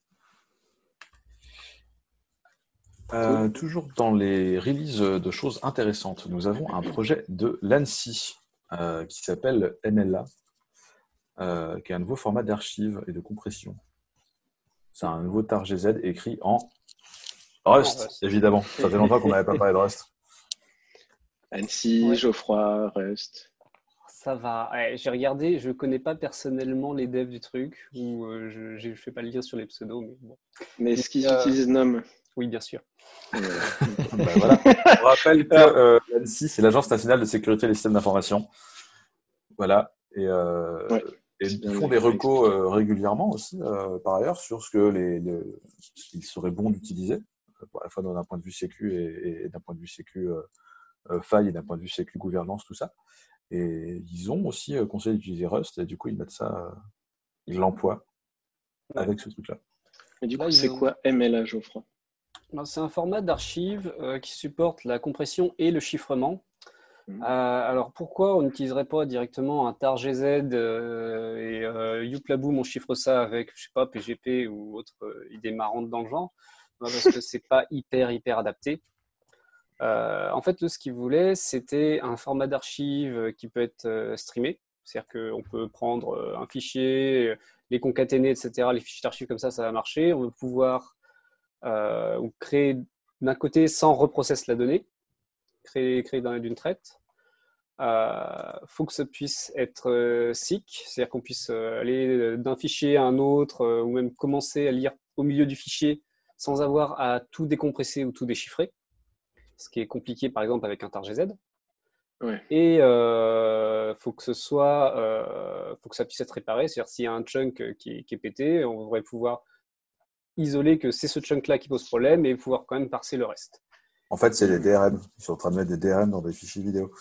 Euh, Cool. toujours dans les releases de choses intéressantes, nous avons un projet de l'ANSI euh, qui s'appelle M L A, euh, qui est un nouveau format d'archive et de compression. C'est un nouveau tar G Z écrit en Rust, En Rust. évidemment. Ça fait longtemps qu'on n'avait pas parlé de Rust. Annecy, Ouais. Geoffroy, Rust. Ça va. Ouais, j'ai regardé, je connais pas personnellement les devs du truc, ou euh, je, je fais pas le lien sur les pseudos, mais bon. Mais est-ce qu'ils euh, utilisent Nom? Oui, bien sûr. Voilà. Ben voilà. On rappelle que euh, l'ANSI, c'est l'Agence nationale de sécurité des systèmes d'information. Voilà. Et, euh, Ouais, et c'est bien ils font de des le recos expliquer. euh, régulièrement aussi, euh, par ailleurs, sur ce que les, les ce qu'il serait bon d'utiliser, euh, à la fois d'un point de vue sécu et, et d'un point de vue sécu euh, euh, faille et d'un point de vue sécu gouvernance, tout ça. Et ils ont aussi euh, conseillé d'utiliser Rust, et du coup, ils mettent ça, euh, ils l'emploient Ouais. avec ce truc-là. Mais du Là, coup, ils c'est ont- quoi M L A, Geoffroy? C'est un format d'archive euh, qui supporte la compression et le chiffrement. Euh, alors pourquoi on n'utiliserait pas directement un tar G Z euh, et euh, youplaboum on chiffre ça avec, je sais pas, P G P ou autre euh, idée marrante dans le genre, parce que c'est pas hyper hyper adapté. Euh, en fait, ce qu'ils voulaient, c'était un format d'archive qui peut être euh, streamé, c'est-à-dire qu'on peut prendre euh, un fichier, les concaténer, et cetera. Les fichiers d'archives comme ça, ça va marcher. On veut pouvoir euh, créer d'un côté sans reprocess la donnée, créer, créer d'une traite. Il euh, faut que ça puisse être euh, seek, c'est-à-dire qu'on puisse euh, aller d'un fichier à un autre euh, ou même commencer à lire au milieu du fichier sans avoir à tout décompresser ou tout déchiffrer, ce qui est compliqué par exemple avec un tar G Z. Ouais. Et il euh, faut que ce soit, euh, faut que ça puisse être réparé, c'est-à-dire s'il y a un chunk qui, qui est pété, on devrait pouvoir isoler que c'est ce chunk-là qui pose problème et pouvoir quand même parser le reste. En fait, c'est les D R M. Ils sont en train de mettre des D R M dans des fichiers vidéo.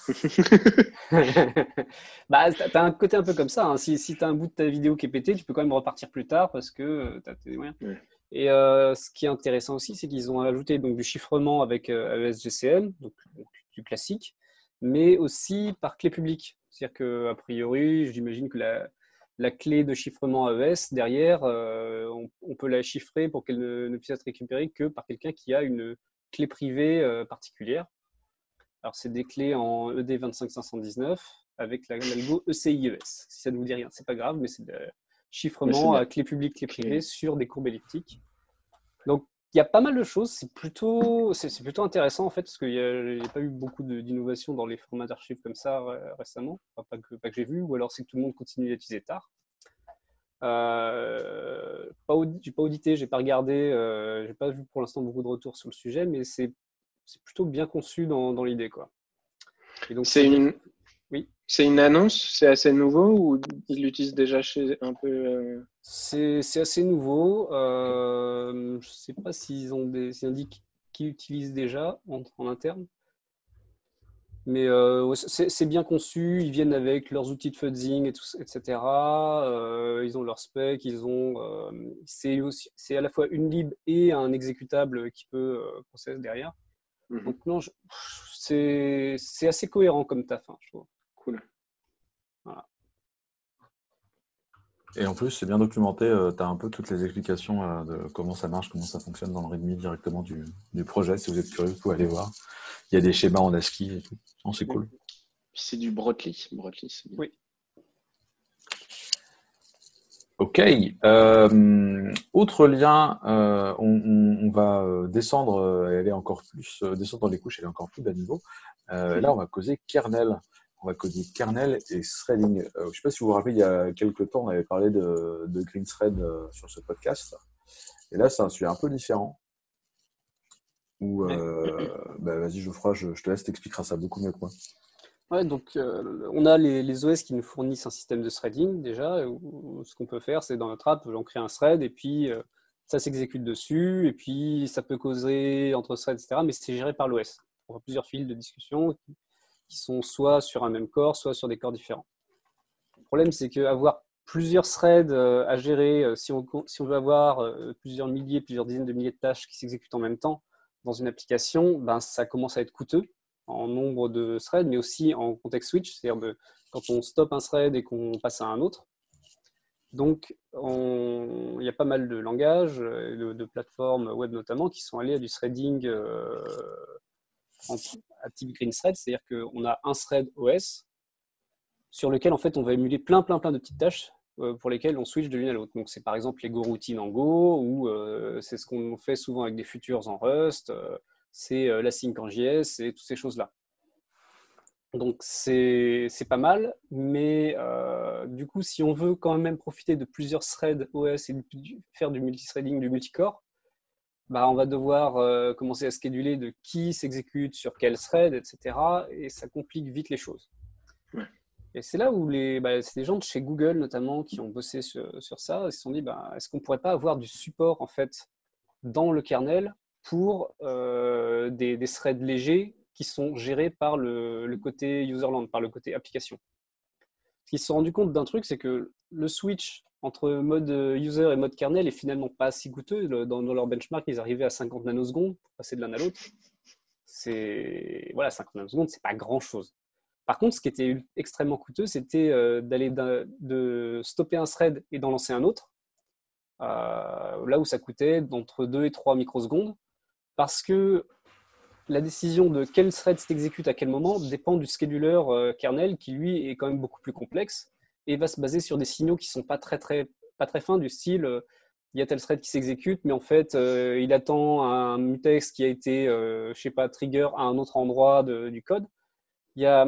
Bah, tu as un côté un peu comme ça. Hein. Si, si tu as un bout de ta vidéo qui est pété, tu peux quand même repartir plus tard parce que tu as tes moyens. Ouais. Et euh, ce qui est intéressant aussi, c'est qu'ils ont ajouté donc, du chiffrement avec euh, A E S G C M, donc, donc du classique, mais aussi par clé publique. C'est-à-dire qu'a priori, j'imagine que la, la clé de chiffrement A E S, derrière, euh, on, on peut la chiffrer pour qu'elle ne, ne puisse être récupérée que par quelqu'un qui a une clé privée euh, particulière. Alors, c'est des clés en E D vingt-cinq cinq cent dix-neuf avec l'algo E C I E S. Si ça ne vous dit rien, c'est pas grave, mais c'est de chiffrement à clé publique, clé privée okay. sur des courbes elliptiques. Donc, il y a pas mal de choses. C'est plutôt, c'est, c'est plutôt intéressant, en fait, parce qu'il n'y a, a pas eu beaucoup de, d'innovation dans les formats d'archives comme ça euh, récemment. Enfin, pas, que, pas que j'ai vu, ou alors c'est que tout le monde continue d'utiliser tard. Euh, pas audit, j'ai pas audité, j'ai pas regardé, euh, j'ai pas vu pour l'instant beaucoup de retours sur le sujet, mais c'est, c'est plutôt bien conçu dans, dans l'idée, quoi. Et donc, c'est, c'est une, oui. C'est une annonce, c'est assez nouveau ou ils l'utilisent déjà chez un peu euh... c'est, c'est assez nouveau. Euh, je sais pas s'ils ont des, s'ils indiquent qu'ils l'utilisent déjà en, en interne. Mais euh, c'est, c'est bien conçu, ils viennent avec leurs outils de fuzzing, et tout, et cetera. Euh, ils ont leurs specs, ils ont, euh, c'est, aussi, c'est à la fois une lib et un exécutable qui peut euh, process derrière. Mm-hmm. Donc non, je, c'est, c'est assez cohérent comme taf, hein, je trouve. Cool. Voilà. Et en plus, c'est bien documenté, euh, tu as un peu toutes les explications euh, de comment ça marche, comment ça fonctionne dans le README directement du, du projet. Si vous êtes curieux, vous pouvez aller voir. Il y a des schémas en ASCII et tout. Non, c'est cool. Puis c'est du Brotli. Brotli, c'est bien. Oui. Ok. Euh, autre lien, euh, on, on, on va descendre et aller encore plus, euh, descendre dans les couches et aller encore plus bas niveau. Euh, mmh. Là, on va causer kernel. On va coder kernel et threading. Euh, je ne sais pas si vous vous rappelez, il y a quelques temps, on avait parlé de, de Green Thread euh, sur ce podcast. Et là, c'est un sujet un peu différent. Où, euh, bah, vas-y, Geoffroy, je, je te laisse, t'expliqueras ça beaucoup mieux que moi. Ouais, donc euh, on a les, les O S qui nous fournissent un système de threading déjà. Où, où ce qu'on peut faire, c'est dans notre app, on crée un thread et puis euh, ça s'exécute dessus. Et puis ça peut causer entre threads, et cetera. Mais c'est géré par l'O S. On a plusieurs fils de discussion qui, qui sont soit sur un même corps, soit sur des corps différents. Le problème, c'est qu'avoir plusieurs threads euh, à gérer, euh, si, on, si on veut avoir euh, plusieurs milliers, plusieurs dizaines de milliers de tâches qui s'exécutent en même temps dans une application, ben, ça commence à être coûteux en nombre de threads, mais aussi en context switch, c'est-à-dire de, quand on stoppe un thread et qu'on passe à un autre. Donc, on, il y a pas mal de langages, de, de plateformes web notamment, qui sont allés à du threading euh, en, à type green thread, c'est-à-dire qu'on a un thread O S sur lequel en fait on va émuler plein plein plein de petites tâches euh, pour lesquelles on switch de l'une à l'autre. Donc c'est par exemple les Go routines en Go, ou euh, c'est ce qu'on fait souvent avec des futures en Rust, euh, c'est euh, l'async en J S et toutes ces choses-là. Donc c'est, c'est pas mal, mais euh, du coup si on veut quand même profiter de plusieurs threads O S et du, faire du multithreading, du multicore, bah, on va devoir euh, commencer à scheduler de qui s'exécute sur quel thread, et cetera. Et ça complique vite les choses. Ouais. Et c'est là où les, bah, c'est des gens de chez Google notamment qui ont bossé sur, sur ça. Ils se sont dit, bah, est-ce qu'on ne pourrait pas avoir du support en fait dans le kernel pour euh, des, des threads légers qui sont gérés par le, le côté userland, par le côté application. Ils se sont rendus compte d'un truc, c'est que le switch entre mode user et mode kernel est finalement pas si coûteux. Dans, dans leur benchmark, ils arrivaient à cinquante nanosecondes pour passer de l'un à l'autre. C'est voilà, cinquante nanosecondes, c'est pas grand-chose. Par contre, ce qui était extrêmement coûteux, c'était euh, d'aller de stopper un thread et d'en lancer un autre, euh, là où ça coûtait d'entre deux et trois microsecondes, parce que la décision de quel thread s'exécute à quel moment dépend du scheduler euh, kernel qui, lui, est quand même beaucoup plus complexe et va se baser sur des signaux qui ne sont pas très, très, pas très fins, du style euh, il y a tel thread qui s'exécute, mais en fait, euh, il attend un mutex qui a été, euh, je sais pas, trigger à un autre endroit de, du code. Il y a,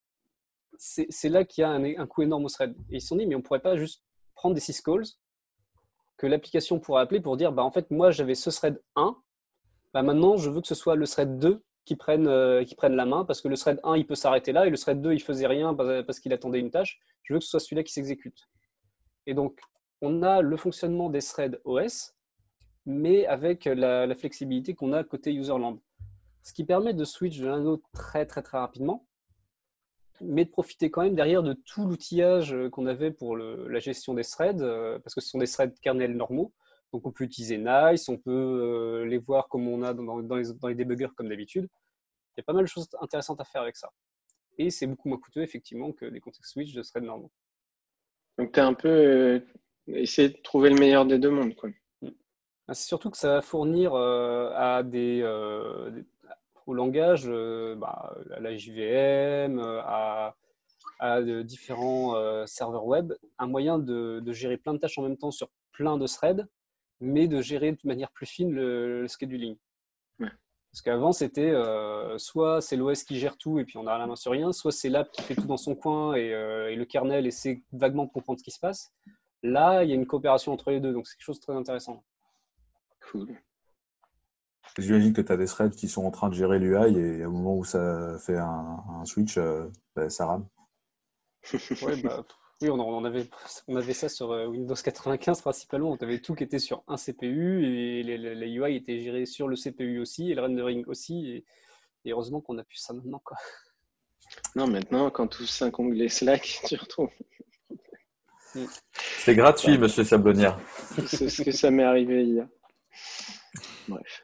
c'est, c'est là qu'il y a un, un coût énorme au thread. Et ils se sont dit, mais on ne pourrait pas juste prendre des syscalls que l'application pourrait appeler pour dire, bah, en fait, moi, j'avais ce thread un, bah, maintenant, je veux que ce soit le thread deux qui prenne, euh, qui prenne la main, parce que le thread un, il peut s'arrêter là, et le thread deux, il ne faisait rien parce qu'il attendait une tâche. Je veux que ce soit celui-là qui s'exécute. Et donc, on a le fonctionnement des threads O S, mais avec la, la flexibilité qu'on a côté userland. Ce qui permet de switch de l'un à l'autre très, très, très rapidement, mais de profiter quand même derrière de tout l'outillage qu'on avait pour le, la gestion des threads, euh, parce que ce sont des threads kernel normaux. Donc, on peut utiliser Nice, on peut euh, les voir comme on a dans, dans, les, dans les debuggers comme d'habitude. Il y a pas mal de choses intéressantes à faire avec ça. Et c'est beaucoup moins coûteux, effectivement, que des contextes switch de threads normaux. Donc, tu as un peu euh, essayé de trouver le meilleur des deux mondes, quoi. C'est surtout que ça va fournir euh, à des, euh, des, au langage, euh, bah, à la J V M, à, à de différents euh, serveurs web, un moyen de, de gérer plein de tâches en même temps sur plein de threads, mais de gérer de manière plus fine le, le scheduling. Ouais. Parce qu'avant, c'était euh, soit c'est l'O S qui gère tout et puis on a la main sur rien, soit c'est l'app qui fait tout dans son coin et, euh, et le kernel essaie vaguement de comprendre ce qui se passe. Là, il y a une coopération entre les deux, donc c'est quelque chose de très intéressant. Cool. J'imagine que tu as des threads qui sont en train de gérer l'U I et au moment où ça fait un, un switch, euh, bah, ça rame. Ouais, bah, oui, on, on, avait, on avait ça sur Windows quatre-vingt-quinze principalement. On avait tout qui était sur un C P U et les, les, les U I étaient gérés sur le C P U aussi et le rendering aussi. Et, et heureusement qu'on a plus ça maintenant, quoi. Non, maintenant, quand tu ouvres cinq onglets Slack, tu retrouves. C'est gratuit, bah, monsieur Sablonnière. C'est ce que ça m'est arrivé hier. Bref.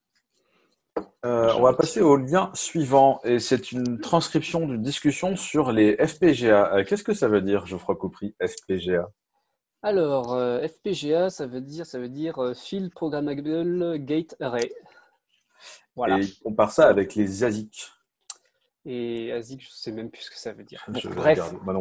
Euh, on va passer au lien suivant et c'est une transcription d'une discussion sur les F P G A. Qu'est-ce que ça veut dire, Geoffroy Coupry, F P G A? Alors, euh, F P G A, ça veut dire, ça veut dire euh, Field Programmable Gate Array. Voilà. Et on compare ça avec les A S I C. Et A S I C, je ne sais même plus ce que ça veut dire. Bon, je bref,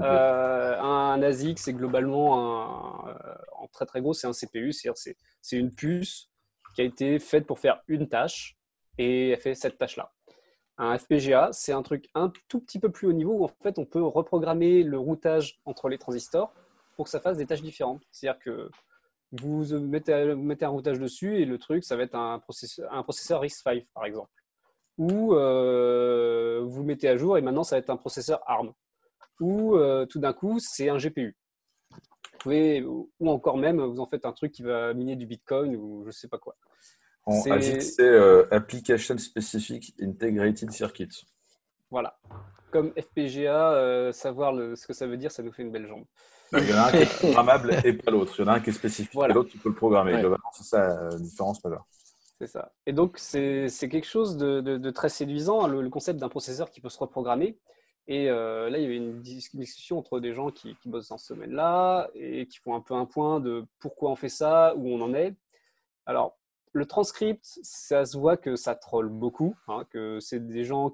euh, un A S I C, c'est globalement, un, en très très gros, c'est un C P U, c'est-à-dire c'est, c'est une puce qui a été faite pour faire une tâche et elle fait cette tâche-là. Un F P G A, c'est un truc un tout petit peu plus haut niveau où en fait on peut reprogrammer le routage entre les transistors pour que ça fasse des tâches différentes. C'est-à-dire que vous mettez, vous mettez un routage dessus et le truc, ça va être un processeur, un processeur R I S C V par exemple. Ou euh, vous mettez à jour et maintenant ça va être un processeur ARM. Ou euh, tout d'un coup, c'est un G P U. Vous pouvez, ou encore même, vous en faites un truc qui va miner du Bitcoin ou je ne sais pas quoi. En A S I C, c'est euh, Application Specific Integrated Circuit. Voilà. Comme F P G A, euh, savoir le, ce que ça veut dire, ça nous fait une belle jambe. Il y en a un qui est programmable et pas l'autre. Il y en a un qui est spécifique voilà. Et l'autre, tu peux le programmer. Ouais. Globalement, c'est ça la différence majeure. C'est ça. Et donc, c'est, c'est quelque chose de, de, de très séduisant, le, le concept d'un processeur qui peut se reprogrammer. Et euh, là, il y avait une discussion entre des gens qui, qui bossent dans ce domaine-là et qui font un peu un point de pourquoi on fait ça, où on en est. Alors, le transcript, ça se voit que ça troll beaucoup, hein, que c'est des gens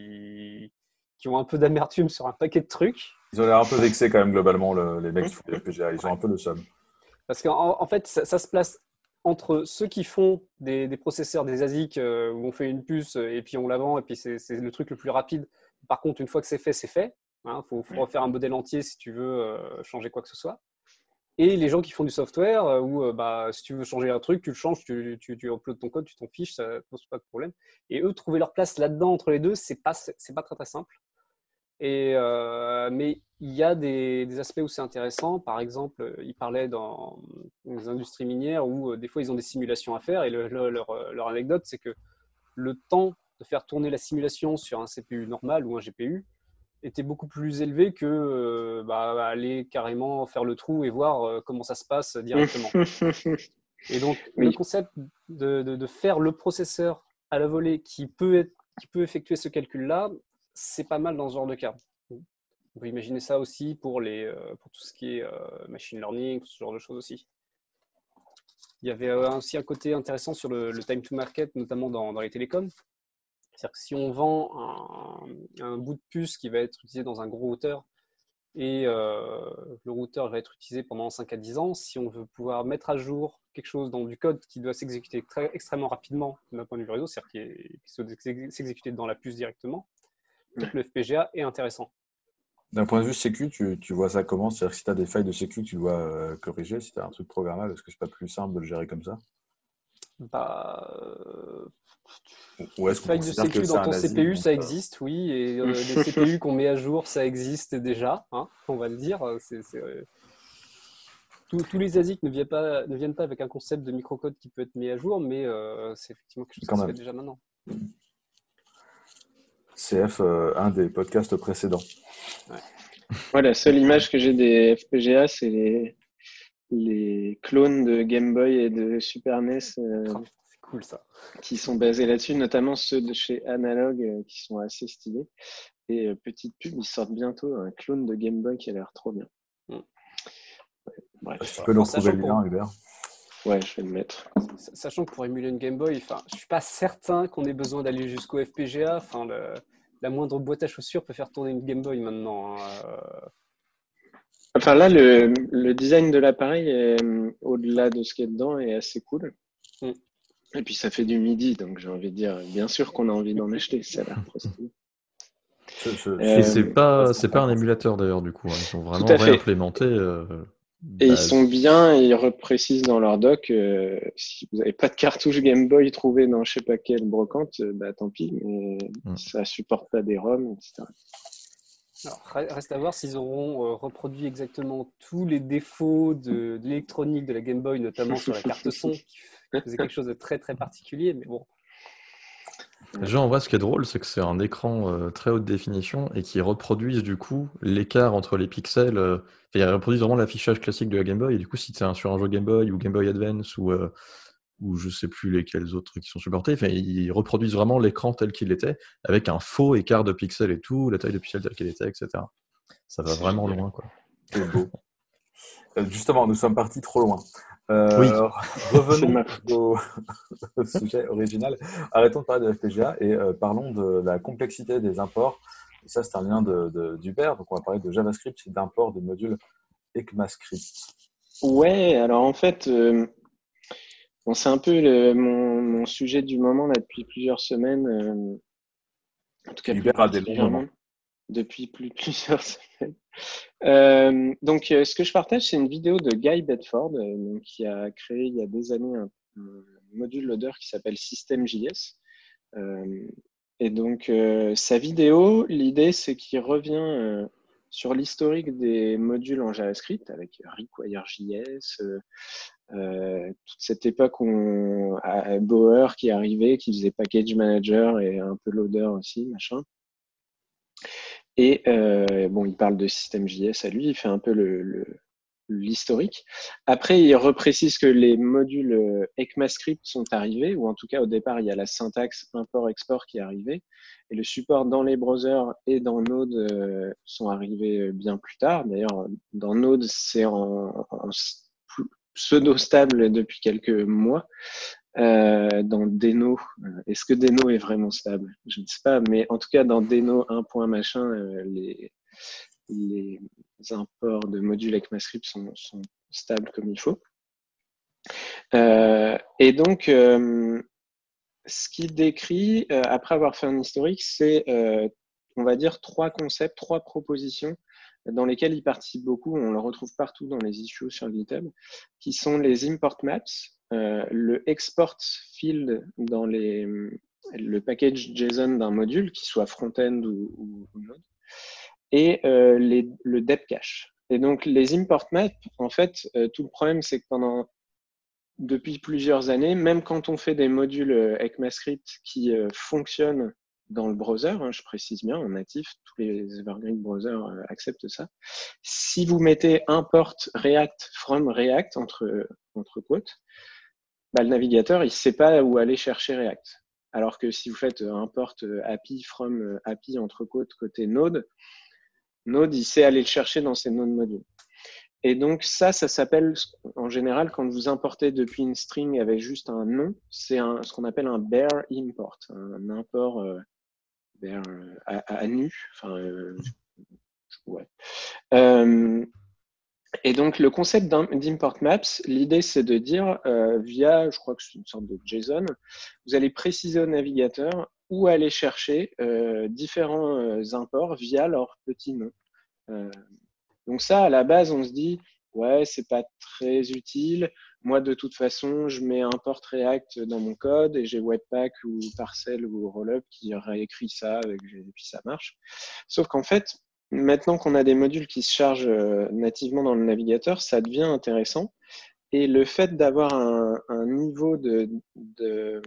qui, qui ont un peu d'amertume sur un paquet de trucs. Ils ont l'air un peu vexés quand même, globalement, le, les mecs qui font des F P G A. Ils ont un peu le seum. Parce qu'en en fait, ça, ça se place entre ceux qui font des, des processeurs, des A S I C, euh, où on fait une puce et puis on la vend, et puis c'est, c'est le truc le plus rapide. Par contre, une fois que c'est fait, c'est fait. Il hein, faut, faut refaire un modèle entier si tu veux euh, changer quoi que ce soit. Et les gens qui font du software, euh, où euh, bah, si tu veux changer un truc, tu le changes, tu, tu, tu uploads ton code, tu t'en fiches, ça ne pose pas de problème. Et eux, trouver leur place là-dedans entre les deux, ce n'est pas, c'est pas très très simple. Et, euh, mais il y a des, des aspects où c'est intéressant. Par exemple, ils parlaient dans, dans les industries minières où euh, des fois ils ont des simulations à faire. Et le, le, leur, leur anecdote, c'est que le temps de faire tourner la simulation sur un C P U normal ou un G P U, était beaucoup plus élevé que euh, bah, aller carrément faire le trou et voir euh, comment ça se passe directement. Et donc, oui. Le concept de, de, de faire le processeur à la volée qui peut, être, qui peut effectuer ce calcul-là, c'est pas mal dans ce genre de cas. On peut imaginer ça aussi pour, les, euh, pour tout ce qui est euh, machine learning, ce genre de choses aussi. Il y avait aussi un côté intéressant sur le, le time to market, notamment dans, dans les télécoms. C'est-à-dire que si on vend un, un bout de puce qui va être utilisé dans un gros routeur et euh, le routeur va être utilisé pendant cinq à dix ans, si on veut pouvoir mettre à jour quelque chose dans du code qui doit s'exécuter très, extrêmement rapidement d'un point de vue réseau, c'est-à-dire qui doit s'exécuter dans la puce directement, peut-être le F P G A est intéressant. D'un point de vue sécu, tu, tu vois ça comment? C'est-à-dire que si tu as des failles de sécu que tu dois euh, corriger, si tu as un truc programmable, est-ce que c'est pas plus simple de le gérer comme ça? Bah, euh, Ou est-ce qu'on failles de considère sécu que dans c'est un ton asile, C P U, donc, ça euh, existe, oui, et euh, les C P U qu'on met à jour, ça existe déjà, hein, on va le dire. C'est, c'est, euh, tous, tous les A S I C ne viennent, pas, ne viennent pas avec un concept de microcode qui peut être mis à jour, mais euh, c'est effectivement quelque chose Quand qui se même. fait déjà maintenant. C F, euh, un des podcasts précédents. Ouais. Ouais, la seule image que j'ai des F P G A, c'est les, les clones de Game Boy et de Super N E S euh, Oh, c'est cool ça. Qui sont basés là-dessus, notamment ceux de chez Analog euh, qui sont assez stylés. Et euh, petite pub, ils sortent bientôt un clone de Game Boy qui a l'air trop bien. Mm. Ouais, bref. Si tu peux nous retrouver le lien, Hubert. Ouais, je vais le mettre. Sachant que pour émuler une Game Boy, enfin, je suis pas certain qu'on ait besoin d'aller jusqu'au F P G A. Enfin, le, la moindre boîte à chaussures peut faire tourner une Game Boy maintenant. Hein. Enfin là, le, le design de l'appareil, est, euh, au-delà de ce qu'il y a dedans, est assez cool. Mm. Et puis ça fait du MIDI, donc j'ai envie de dire, bien sûr qu'on a envie d'en acheter, ça a l'air trop stylé. Je, je, euh, et c'est pas, c'est pas un émulateur d'ailleurs du coup, hein. Ils sont vraiment réimplémentés. Euh, et bah, ils sont bien, et ils reprécisent dans leur doc, euh, si vous n'avez pas de cartouche Game Boy trouvée dans je sais pas quelle brocante, euh, bah tant pis, mais mm. ça supporte pas des ROM, et cetera. Alors, reste à voir s'ils auront euh, reproduit exactement tous les défauts de, de l'électronique de la Game Boy, notamment sur la carte son, qui faisait quelque chose de très très particulier, mais bon. Déjà, en vrai, ce qui est drôle, c'est que c'est un écran euh, très haute définition et qui reproduisent du coup l'écart entre les pixels. Euh, ils reproduisent vraiment l'affichage classique de la Game Boy. Et du coup, si tu es sur un jeu Game Boy ou Game Boy Advance ou, euh, ou je sais plus lesquels autres qui sont supportés, ils reproduisent vraiment l'écran tel qu'il était avec un faux écart de pixels et tout, la taille de pixels telle qu'elle était, et cetera. Ça va vraiment génial. Loin, quoi. C'est beau. Justement, nous sommes partis trop loin. Euh, oui. Revenons au, au sujet original. Arrêtons de parler de F P G A et euh, parlons de la complexité des imports. Et ça, c'est un lien de, de, d'Hubert. Donc, on va parler de JavaScript et d'import de modules ECMAScript. Ouais, alors en fait, euh, bon, c'est un peu le, mon, mon sujet du moment là, depuis plusieurs semaines. Euh, en tout cas, Hubert a des longs moments. Depuis plus, plusieurs semaines. Euh, donc, euh, ce que je partage, c'est une vidéo de Guy Bedford, euh, donc, qui a créé il y a des années un, un module loader qui s'appelle System.js. Euh, et donc, euh, sa vidéo, l'idée, c'est qu'il revient euh, sur l'historique des modules en JavaScript avec Require.js, euh, euh, toute cette époque où on a Bower qui est arrivé, qui faisait Package Manager et un peu loader aussi, machin. Et euh, bon, il parle de System.js à lui, il fait un peu le, le, l'historique. Après, il reprécise que les modules euh, ECMAScript sont arrivés, ou en tout cas, au départ, il y a la syntaxe import-export qui est arrivée, et le support dans les browsers et dans Node euh, sont arrivés bien plus tard. D'ailleurs, dans Node, c'est en, en pseudo-stable depuis quelques mois. Euh, dans Deno, est-ce que Deno est vraiment stable? Je ne sais pas, mais en tout cas dans Deno un point machin, euh, les, les imports de modules ECMAScript sont, sont stables comme il faut. Euh, et donc, euh, ce qu'il décrit, euh, après avoir fait un historique, c'est, euh, on va dire, trois concepts, trois propositions dans lesquelles il participe beaucoup, on le retrouve partout dans les issues sur GitHub, qui sont les import maps, euh, le export field dans les, le package JSON d'un module, qui soit front-end ou, ou, ou Node, et euh, les, le depth cache. Et donc, les import maps, en fait, euh, tout le problème, c'est que pendant, depuis plusieurs années, même quand on fait des modules euh, ECMAScript qui euh, fonctionnent dans le browser, hein, je précise bien, en natif, tous les Evergreen browsers euh, acceptent ça. Si vous mettez import React from React entre, entre quotes, bah, le navigateur, il ne sait pas où aller chercher React. Alors que si vous faites import A P I from A P I entre quotes côté Node, Node, il sait aller le chercher dans ses Node modules. Et donc ça, ça s'appelle, en général, quand vous importez depuis une string avec juste un nom, c'est ce qu'on appelle un bare import, un import euh, bare, euh, à, à nu. Enfin, euh, ouais. Euh, et donc le concept d'import maps, l'idée c'est de dire euh, via, je crois que c'est une sorte de JSON, vous allez préciser au navigateur où aller chercher euh, différents euh, imports via leur petit nom. Euh, Donc ça, à la base, on se dit, ouais, c'est pas très utile. Moi, de toute façon, je mets import React dans mon code et j'ai Webpack ou Parcel ou Rollup qui réécrit ça avec, et puis ça marche. Sauf qu'en fait, maintenant qu'on a des modules qui se chargent nativement dans le navigateur, ça devient intéressant. Et le fait d'avoir un, un niveau de, de,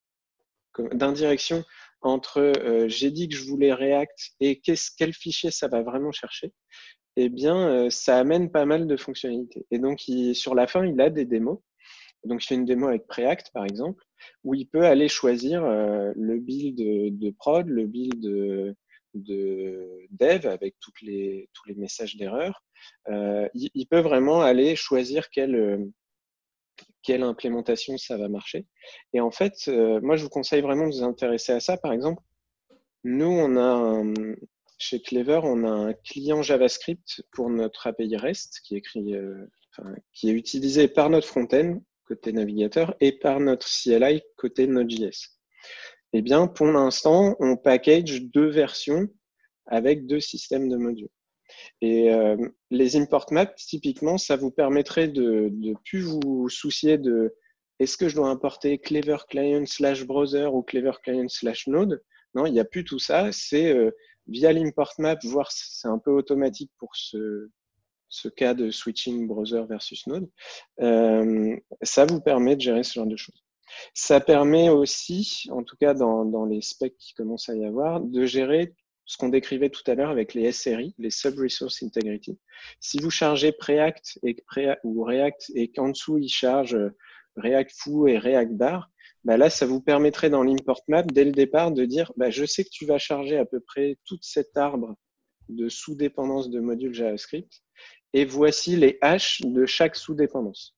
d'indirection entre euh, j'ai dit que je voulais React et quel fichier ça va vraiment chercher, eh bien, euh, ça amène pas mal de fonctionnalités. Et donc, il, sur la fin, il a des démos. Donc, il fait une démo avec Preact, par exemple, où il peut aller choisir euh, le build de, de prod, le build de, de dev avec toutes les, tous les messages d'erreur. Euh, il, il peut vraiment aller choisir quelle, quelle implémentation ça va marcher. Et en fait, euh, moi, je vous conseille vraiment de vous intéresser à ça. Par exemple, nous, on a un, chez Clever, on a un client JavaScript pour notre A P I REST qui est, écrit, euh, enfin, qui est utilisé par notre front-end côté navigateur et par notre C L I côté Node.js. Eh bien, pour l'instant, on package deux versions avec deux systèmes de modules. Et euh, les import maps, typiquement, ça vous permettrait de ne plus vous soucier de est-ce que je dois importer Clever Client slash browser ou Clever Client slash Node. Non, il n'y a plus tout ça. C'est euh, via l'import map, voire c'est un peu automatique pour ce, ce cas de switching browser versus Node. Euh, ça vous permet de gérer ce genre de choses. Ça permet aussi, en tout cas dans, dans les specs qui commencent à y avoir, de gérer ce qu'on décrivait tout à l'heure avec les S R I, les Sub-Resource Integrity. Si vous chargez Preact et, Preact, ou React et qu'en dessous, il charge React Foo et React Bar, bah là, ça vous permettrait dans l'import map, dès le départ, de dire bah, je sais que tu vas charger à peu près tout cet arbre de sous-dépendance de modules JavaScript et voici les hashes de chaque sous-dépendance.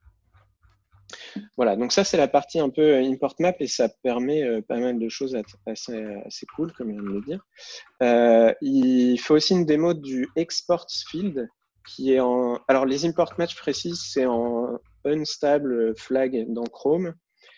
Voilà, donc ça c'est la partie un peu import map et ça permet euh, pas mal de choses assez, assez cool, comme je viens de le dire. Euh, il faut aussi une démo du export field qui est en. Alors les import maps, je précise, c'est en unstable flag dans Chrome.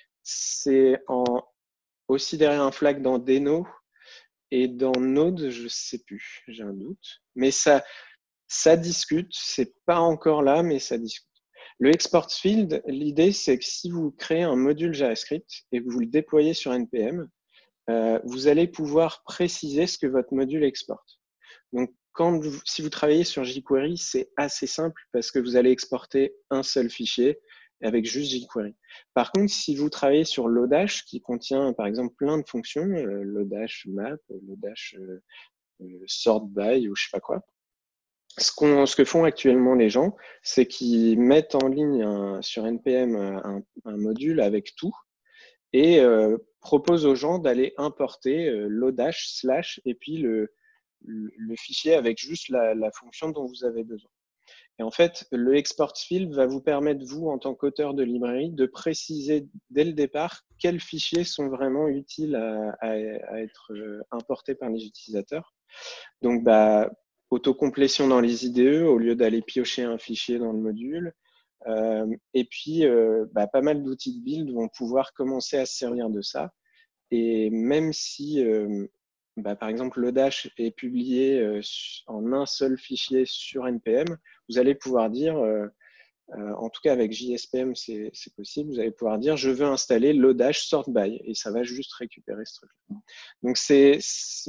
C'est en aussi derrière un flag dans Deno et dans Node, je sais plus, j'ai un doute. Mais ça, ça discute, c'est pas encore là, mais ça discute. Le export field, l'idée, c'est que si vous créez un module JavaScript et que vous le déployez sur N P M, euh, vous allez pouvoir préciser ce que votre module exporte. Donc, quand vous, si vous travaillez sur jQuery, c'est assez simple parce que vous allez exporter un seul fichier avec juste jQuery. Par contre, si vous travaillez sur Lodash, qui contient par exemple plein de fonctions, euh, Lodash map, Lodash euh, euh, sort by ou je sais pas quoi, Ce, qu'on, ce que font actuellement les gens, c'est qu'ils mettent en ligne un, sur N P M un, un module avec tout et euh, proposent aux gens d'aller importer euh, Lodash slash et puis le, le, le fichier avec juste la, la fonction dont vous avez besoin. Et en fait, le export field va vous permettre, vous, en tant qu'auteur de librairie, de préciser dès le départ quels fichiers sont vraiment utiles à, à, à être importés par les utilisateurs. Donc, bah, autocomplétion dans les I D E au lieu d'aller piocher un fichier dans le module. Euh, et puis, euh, bah, pas mal d'outils de build vont pouvoir commencer à se servir de ça. Et même si, euh, bah, par exemple, Lodash est publié euh, en un seul fichier sur N P M, vous allez pouvoir dire, euh, euh, en tout cas avec J S P M, c'est possible, vous allez pouvoir dire, je veux installer Lodash sort by, et ça va juste récupérer ce truc. Donc, c'est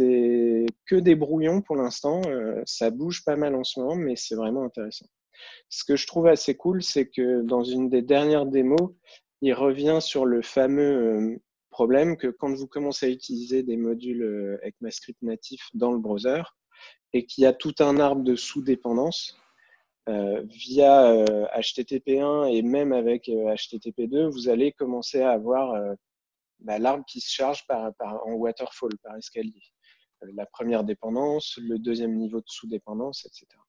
que des brouillons pour l'instant. Euh, ça bouge pas mal en ce moment, mais c'est vraiment intéressant. Ce que je trouve assez cool, c'est que dans une des dernières démos, il revient sur le fameux euh, problème que quand vous commencez à utiliser des modules euh, ECMAScript natifs dans le browser et qu'il y a tout un arbre de sous-dépendance, euh, via euh, H T T P un et même avec euh, H T T P deux, vous allez commencer à avoir euh, bah, l'arbre qui se charge par, par, en waterfall, par escalier. Euh, la première dépendance, le deuxième niveau de sous-dépendance, et cetera.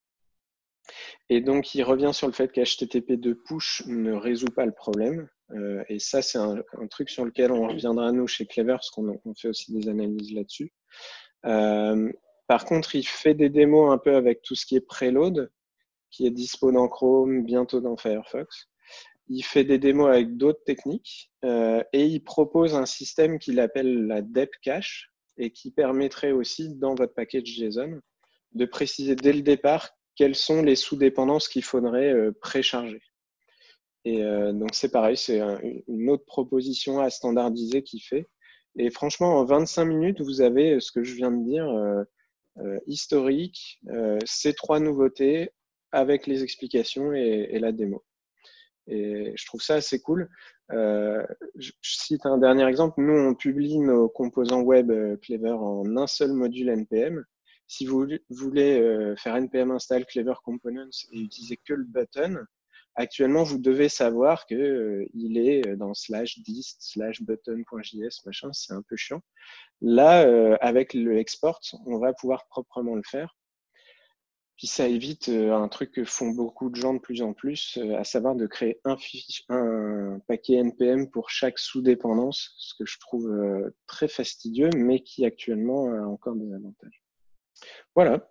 Et donc, il revient sur le fait qu'H T T P deux push ne résout pas le problème. Euh, et ça, c'est un, un truc sur lequel on reviendra, nous, chez Clever, parce qu'on on fait aussi des analyses là-dessus. Euh, par contre, il fait des démos un peu avec tout ce qui est preload, qui est dispo dans Chrome, bientôt dans Firefox. Il fait des démos avec d'autres techniques euh, et il propose un système qu'il appelle la dep cache et qui permettrait aussi, dans votre package JSON, de préciser dès le départ quelles sont les sous-dépendances qu'il faudrait euh, précharger. Et euh, donc, c'est pareil, c'est un, une autre proposition à standardiser qu'il fait. Et franchement, en vingt-cinq minutes, vous avez ce que je viens de dire, euh, euh, historique, euh, ces trois nouveautés avec les explications et, et la démo. Et je trouve ça assez cool. Euh, je, je cite un dernier exemple. Nous, on publie nos composants web euh, Clever en un seul module N P M. Si vous voulez euh, faire N P M install Clever Components et utiliser que le button, actuellement, vous devez savoir qu'il euh, est dans slash dist slash button.js, machin, c'est un peu chiant. Là, euh, avec le export, on va pouvoir proprement le faire. Puis ça évite euh, un truc que font beaucoup de gens de plus en plus, euh, à savoir de créer un, fiche, un paquet N P M pour chaque sous-dépendance, ce que je trouve euh, très fastidieux, mais qui actuellement a encore des avantages. Voilà.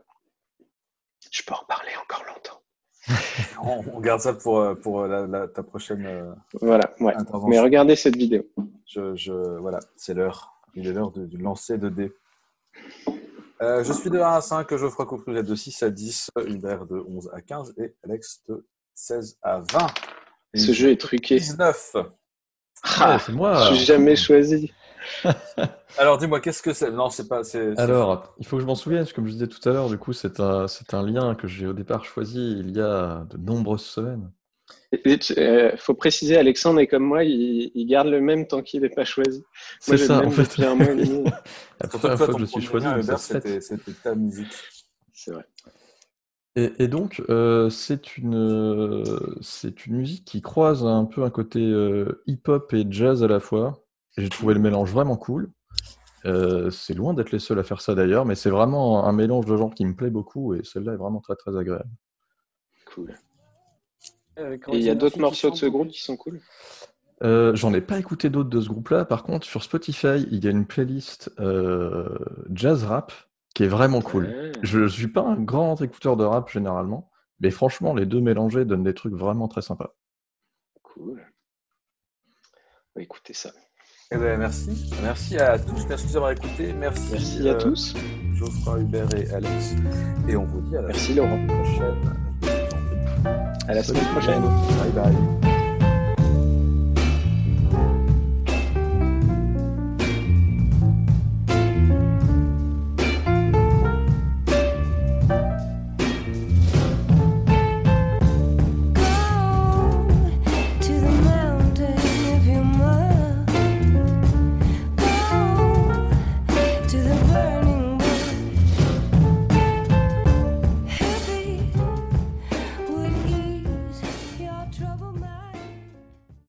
Je peux en parler encore longtemps. on, on garde ça pour, pour la, la, ta prochaine euh, voilà, ouais. intervention. Mais regardez cette vidéo. Je, je, voilà, c'est l'heure. Il est l'heure du lancer de dés. Euh, je suis de un à cinq, Geoffroy Coupe, vous êtes de six à dix, Hubert de onze à quinze et Alex de seize à vingt. Et ce jeu est truqué. dix-neuf. Ah, ouais, c'est moi. Je suis jamais choisi. Alors, dis-moi, qu'est-ce que c'est? Non, c'est pas. C'est, c'est... Alors, il faut que je m'en souvienne, comme je disais tout à l'heure, du coup, c'est un, c'est un lien que j'ai au départ choisi il y a de nombreuses semaines. Il euh, faut préciser, Alexandre est comme moi, il, il garde le même tant qu'il n'est pas choisi. C'est moi, ça, le même en fait. Depuis un mois et demi. La première fois que je suis choisi, Hubert, c'était, c'était ta musique. C'est vrai. Et, et donc, euh, c'est une, euh, c'est une musique qui croise un peu un côté euh, hip-hop et jazz à la fois. Et j'ai trouvé le mélange vraiment cool. Euh, c'est loin d'être les seuls à faire ça d'ailleurs, mais c'est vraiment un mélange de genres qui me plaît beaucoup et celle-là est vraiment très très agréable. Cool. Et il y a d'autres morceaux de ce groupe qui sont cool? euh, J'en ai pas écouté d'autres de ce groupe-là. Par contre, sur Spotify, il y a une playlist euh, jazz rap qui est vraiment cool. Ouais. Je, je suis pas un grand écouteur de rap généralement, mais franchement, les deux mélangés donnent des trucs vraiment très sympas. Cool. On va écouter ça. Eh ben, merci. Merci à tous. Merci d'avoir écouté. Merci, merci à euh, tous. Geoffroy, Hubert et Alex. Et on vous dit à la merci, semaine Laurent. prochaine. À la semaine prochaine. Bye bye.